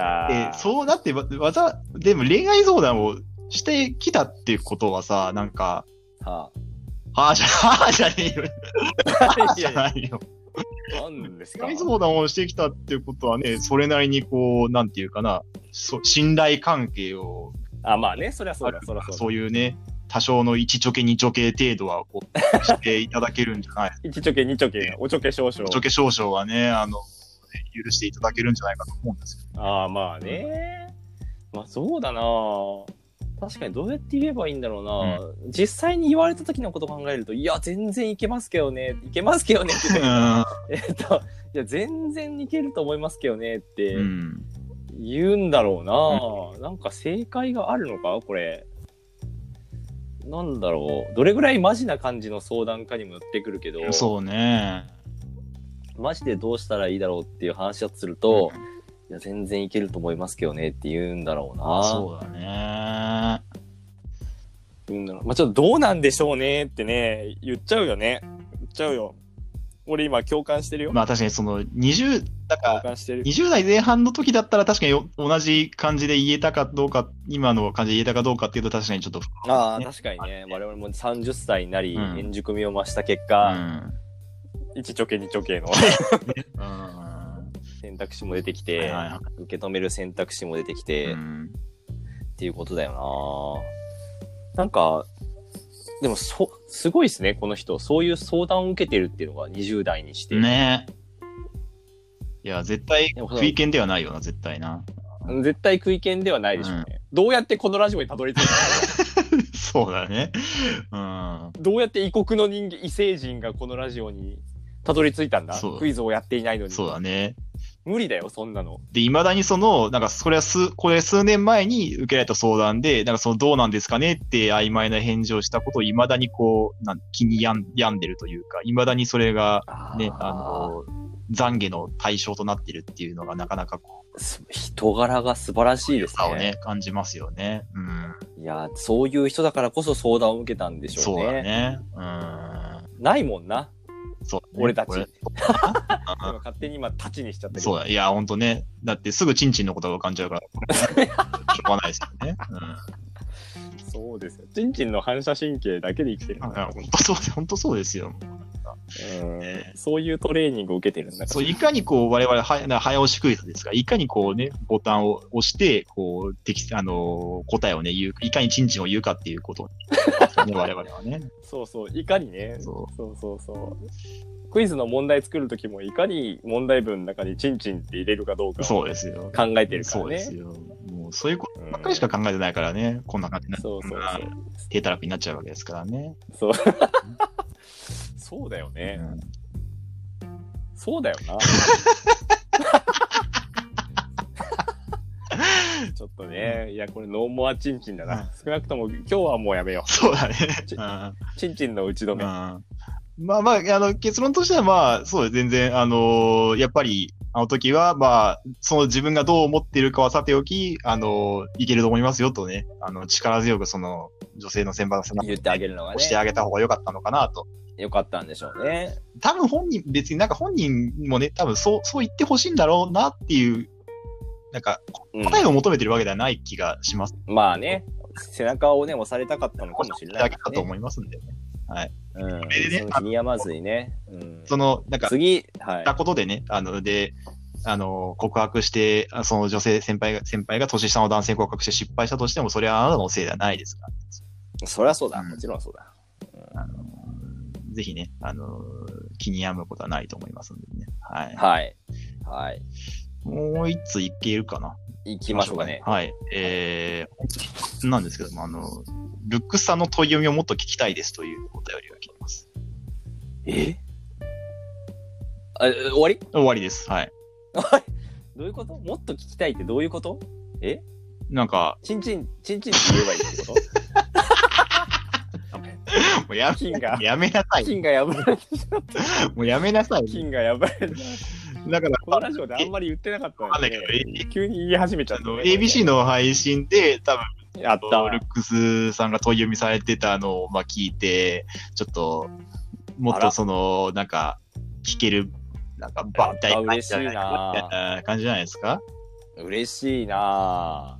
そうだって、でも恋愛相談をしてきたっていうことはさ、なんか、じゃねえよ。じゃないよ。 何ですか？ 恋愛相談をしてきたっていうことはね、それなりにこう、なんていうかな、信頼関係を。 まあね、そりゃそうだ。 そういうね、多少の1ちょけ2ちょけ程度はしていただけるんじゃない 1ちょけ2ちょけ、おちょけ少々。 おちょけ少々はね、許していただけるんじゃないかと思うんですけど。 まあね。まあそうだな。確かにどうやって言えばいいんだろうな。実際に言われた時のことを考えると、いや、全然いけますけどねって言いや、全然いけると思いますけどねって言うんだろうな。なんか正解があるのかこれ。なんだろう。どれぐらいマジな感じの相談かにもよってくるけど。 そうね。 マジでどうしたらいいだろうっていう話だとすると、いや全然いけると思いますけどねって言うんだろうな。 そうだね。 まあちょっとどうなんでしょうねってね、言っちゃうよね。言っちゃうよ。俺今共感してるよ。 まあ確かに20代前半の時だったら確かに同じ感じで言えたかどうか、今の感じで言えたかどうかっていうと確かにちょっと、ね。 確かにね。我々も30歳になり、円熟味を増した結果、1ちょけ2ちょけの選択肢も出てきて、受け止める選択肢も出てきて、っていうことだよな。なんか、でもすごいですね、この人。そういう相談を受けてるっていうのが20代にして。 ね。いや、絶対食い犬ではないよな、絶対な。 絶対食い犬ではないでしょうね。どうやってこのラジオにたどり着いたの？ そうだね。 どうやって異国の異星人がこのラジオにたどり着いたんだ？クイズをやっていないのに。 そうだね。 無理だよ、そんなの。 で、未だになんかこれ数年前に受けられた相談で、なんかどうなんですかねって曖昧な返事をしたことを未だに気に病んでるというか、未だにそれがね、懺悔の対象となってるっていうのがなかなか人柄が素晴らしいですね。 をね、感じますよね。 いや、そういう人だからこそ相談を受けたんでしょうね。 そうだね。 ないもんな。 そう、ね、 俺たち。勝手に今、たちにしちゃったけど。 そうだ。いや、ほんとね。だってすぐチンチンのことが浮かんじゃうから。しょうがないですよね。 そうですよ。チンチンの反射神経だけで生きてる。 本当そうですよ。 そういうトレーニングを受けてるんだから。 そう、いかに我々早押しクイズですが、いかにボタンを押して、答えをね、いかにチンチンを言うかっていうことね、我々はね。 そう、いかにね。そう。クイズの問題作るときも、いかに問題文の中にチンチンって入れるかどうかそうですよ。 考えてるからね。 そうですよ。もうそういうことばっかりしか考えてないからね、こんな感じになって。 そう。 低たらくになっちゃうわけですからね。 そう。そうだよね。そうだよな。ちょっとね、いや、これノーモアチンチンだな。少なくとも今日はもうやめよう。 そうだね。 チンチンの打ち止め。 結論としてはそう全然、やっぱり、あの時は、その自分がどう思っているかはさておき、いけると思いますよとね、力強く女性の先輩が言ってあげるのがね。 押してあげた方が良かったのかなと。 良かったんでしょうね。 多分別に本人もね、多分そう言ってほしいんだろうなっていう、答えを求めてるわけではない気がします。 まあね、背中をね、押されたかったのかもしれない、 だけだと思いますんでね。はい。 その気に病まずにね。 次、たことでね、告白して、その女性先輩が年下の男性に告白して失敗したとしても、それはあなたのせいではないですから。 そりゃそうだ。もちろんそうだ。 ぜひね、気に病むことはないと思いますんでね。 はい。 もう一ついけるかな。 いきましょうかね。 はい。なんですけども、ルックスさんの問い読みをもっと聞きたいですというお便りが来ています。 終わり？ 終わりです。はい。 どういうこと？もっと聞きたいってどういうこと？ なんか、 チンチンって言えばいいってこと？ もうやめなさい。 金が破れてしまった。 もうやめなさい。 金が破れてしまった。だから、このラジオであんまり言ってなかったので、急に言い始めちゃった、ね。 ABC の配信で、多分、 ルックスさんが問い読みされてたのを、聞いて、ちょっと、もっと聞ける、 嬉しいな感じじゃないですか？ 嬉しいな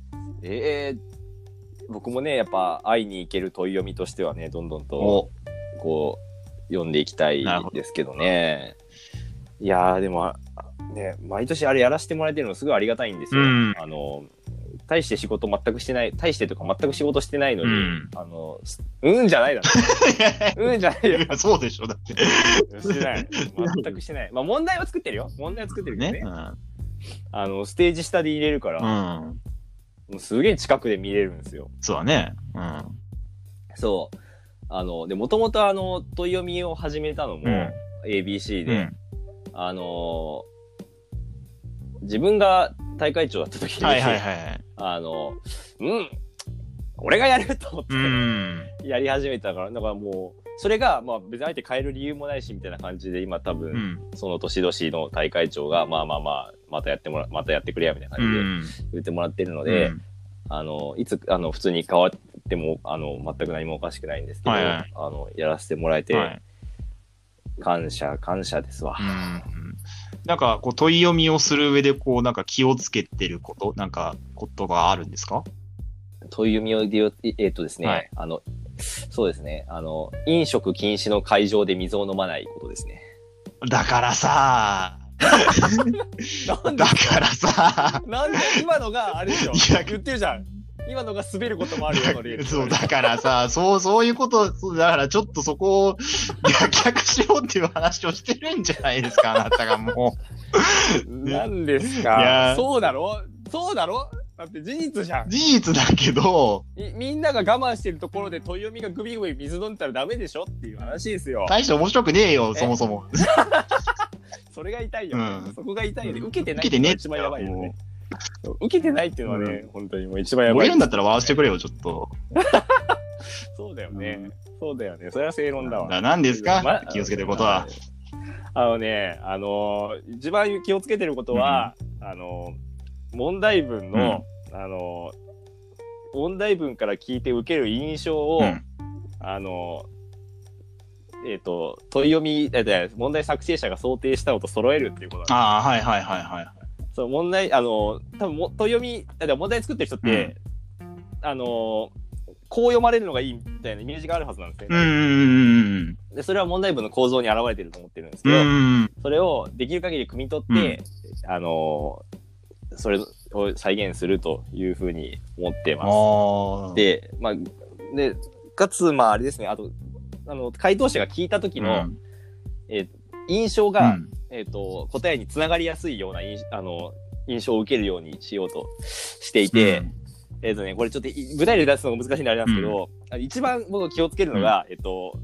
僕もね、やっぱ会いに行ける問い読みとしてはね、どんどんと、読んでいきたいですけどね。いやー、でも、ね、毎年あれやらせてもらえてるのすごいありがたいんですよ。大して仕事全くしてない、大してとか全く仕事してないのに、じゃないだろ。じゃないよ。 そうでしょ、だって。 してない。全くしてない。問題は作ってるよ。問題は作ってるけどね。ステージ下で入れるから、すげえ近くで見れるんですよ。 そうだね。 そう。で、もともと問い読みを始めたのも、ABC で、自分が大会長だった時に、俺がやると思ってやり始めたから、だからもう、それが、別にあえて変える理由もないし、みたいな感じで、今多分、その年々の大会長が、またやってくれや、みたいな感じで言ってもらってるので、いつ、普通に変わっても、全く何もおかしくないんですけど、やらせてもらえて、感謝ですわ。 問い読みをする上で、気をつけてること、ことがあるんですか？ 問い読みを、ですね、そうですね、飲食禁止の会場で水を飲まないことですね。 だからさ、 なんで今のがあれでしょ。言ってるじゃん。今のが滑ることもあるよの例。 そう、だからさ、そういうこと、だからちょっとそこを逆しろっていう話をしてるんじゃないですか、あなたがもう。何ですか？そうだろだって事実じゃん。 事実だけど、 みんなが我慢してるところで問い読みがグビグビ水飲んだらダメでしょっていう話ですよ。 大して面白くねえよ、そもそも。 それが痛いよね、 うん。 そこが痛いよね。受けてない受けてねえ一番やばいよね。受けてないっていうのはね、本当にもう一番やばい。 受けるんだったら回してくれよ、ちょっと。 そうだよね。そうだよね。それは正論だわ。 何ですか、気をつけてることは。 一番気をつけてることは、問題文の、問題文から聞いて受ける印象を、問い読み、問題作成者が想定したのと揃えるっていうことああ、はいはいはいはい。 そう、問題、多分問い読み、問題作ってる人って、こう読まれるのがいいみたいなイメージがあるはずなんですね。で、それは問題文の構造に現れてると思ってるんですけど、それをできる限り汲み取って、それを再現するというふうに思ってます。で、で、かつ、あれですね、あと、回答者が聞いた時の、印象が、答えにつながりやすいような印象を受けるようにしようとしていて、これちょっと具体例出すのが難しいんであれなんですけど、一番僕気をつけるのが、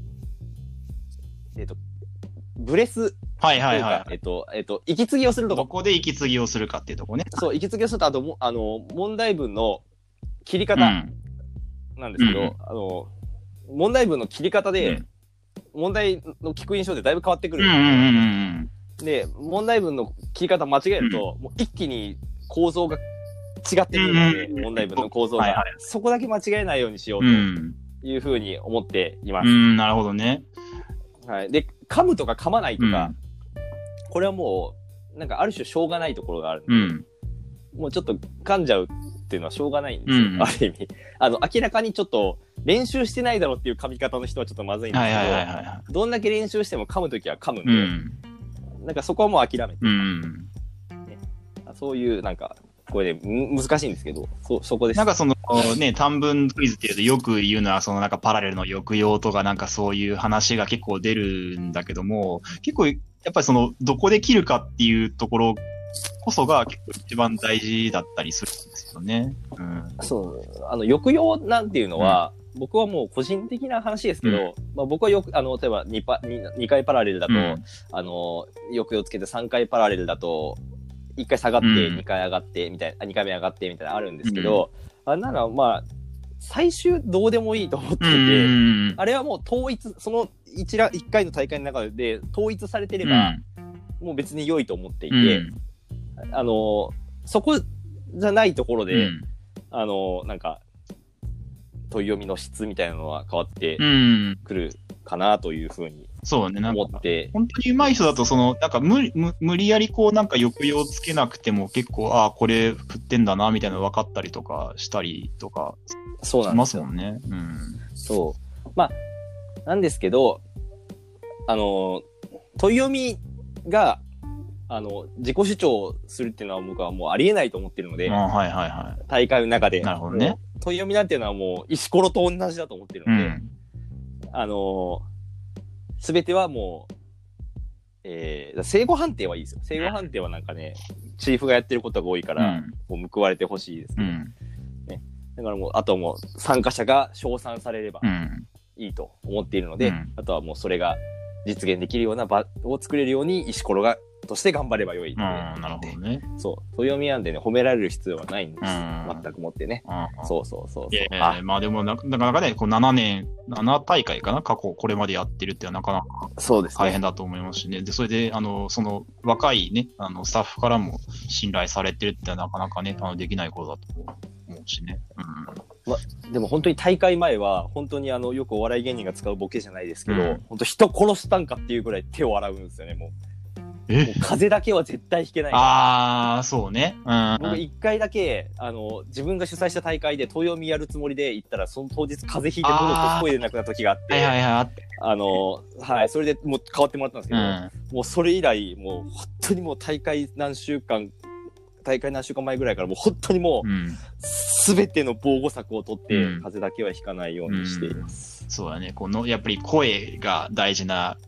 ブレス。 はいはいはい。 息継ぎをするとこ。 どこで息継ぎをするかっていうとこね。 そう、息継ぎをすると、あと問題文の切り方なんですけど、問題文の切り方で、問題の聞く印象ってだいぶ変わってくる。で、問題文の切り方間違えると、もう一気に構造が違ってくるので、問題文の構造が。そこだけ間違えないようにしようというふうに思っています。 なるほどね。 はい。で、噛むとか噛まないとか、これはもう、なんかある種しょうがないところがあるので、もうちょっと噛んじゃうっていうのはしょうがないんですよ、ある意味。明らかにちょっと練習してないだろうっていう噛み方の人はちょっとまずいんですけど、どんだけ練習しても噛むときは噛むんで、なんかそこはもう諦めて、そういうなんか、これね、難しいんですけど、そこです。 なんかそのね、短文クイズっていうとよく言うのは、そのなんかパラレルの抑揚とかなんかそういう話が結構出るんだけども、結構やっぱりそのどこで切るかっていうところこそが結構一番大事だったりするんですよね。 そう、抑揚なんていうのは、僕はもう個人的な話ですけど、僕はよく、例えば2回パラレルだと、抑揚つけて3回パラレルだと、1回下がって、2回上がって、みたいな、2回目上がって、みたいなのあるんですけど、最終どうでもいいと思ってて、あれはもう統一、その1回の大会の中で統一されてれば、もう別に良いと思っていて、そこじゃないところで、なんか、問い読みの質みたいなのは変わってくるかなというふうにそうね、なんか思って。 本当に上手い人だと、なんか無理やりなんか抑揚つけなくても結構、これ振ってんだな、みたいなの分かったりとかしたりとかしますもんね。 そう。なんですけど、問い読みが、自己主張するっていうのは僕はもうありえないと思ってるので、大会の中で。 なるほどね。 問い読みなんていうのはもう石ころと同じだと思ってるので、すべてはもう、正誤判定はいいですよ。正誤判定はなんかね、チーフがやってることが多いから、もう報われてほしいですけど、ね。だからもう、あともう参加者が称賛されればいいと思っているので、あとはもうそれが実現できるような場を作れるように石ころがとして頑張ればよいので。 なるほどね。 そう。問い読みなんでね、褒められる必要はないんです。全くもってね。そう。 まあでもなかなかね、7大会かな過去これまでやってるってなかなか大変だと思いますしね。で、それで、その若いね、スタッフからも信頼されてるってなかなかね、できないことだと思うしね。 でも本当に大会前は、本当によくお笑い芸人が使うボケじゃないですけど、本当人殺したんかっていうぐらい手を洗うんですよね、もう。風だけは絶対引けない。 そうね。 僕一回だけ、自分が主催した大会で問い読みやるつもりで行ったら、その当日風邪ひいて喉と声出なくなった時があって、それでもう変わってもらったんですけど、もうそれ以来、もう本当にもう大会何週間前ぐらいからもう本当にもう、すべての防護策を取って、風邪だけはひかないようにしています。 そうだね。やっぱり声が大事な、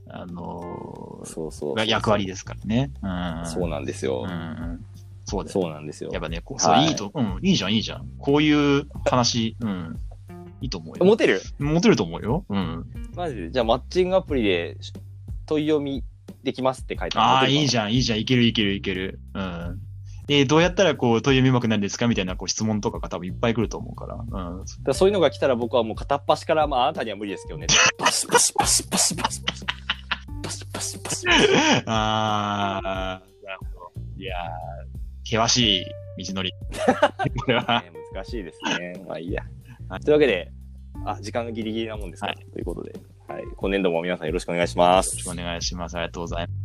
役割ですからね。 そうなんですよ。 そうです。 そうなんですよ。 やっぱね、いいじゃん。こういう話、いいと思うよ。 モテると思うよ。 マジで。じゃあマッチングアプリで問い読みできますって書いてああ、いいじゃん、いいじゃん。いけるいけるいける。うん。どうやったらこう、トイレ見まくなるんですかみたいなこう質問とかが多分いっぱい来ると思うから。うん。 だそういうのが来たら僕はもう片っ端から、まああなたには無理ですけどね。パシパシパシパシパシパシ。パシパシパシ。 ああ、なるほど。いやー、険しい道のり。これは。 難しいですね。まあいいや。というわけで、時間がギリギリなもんですから、ということで、はい。今年度も皆さんよろしくお願いします。 よろしくお願いします。ありがとうございます。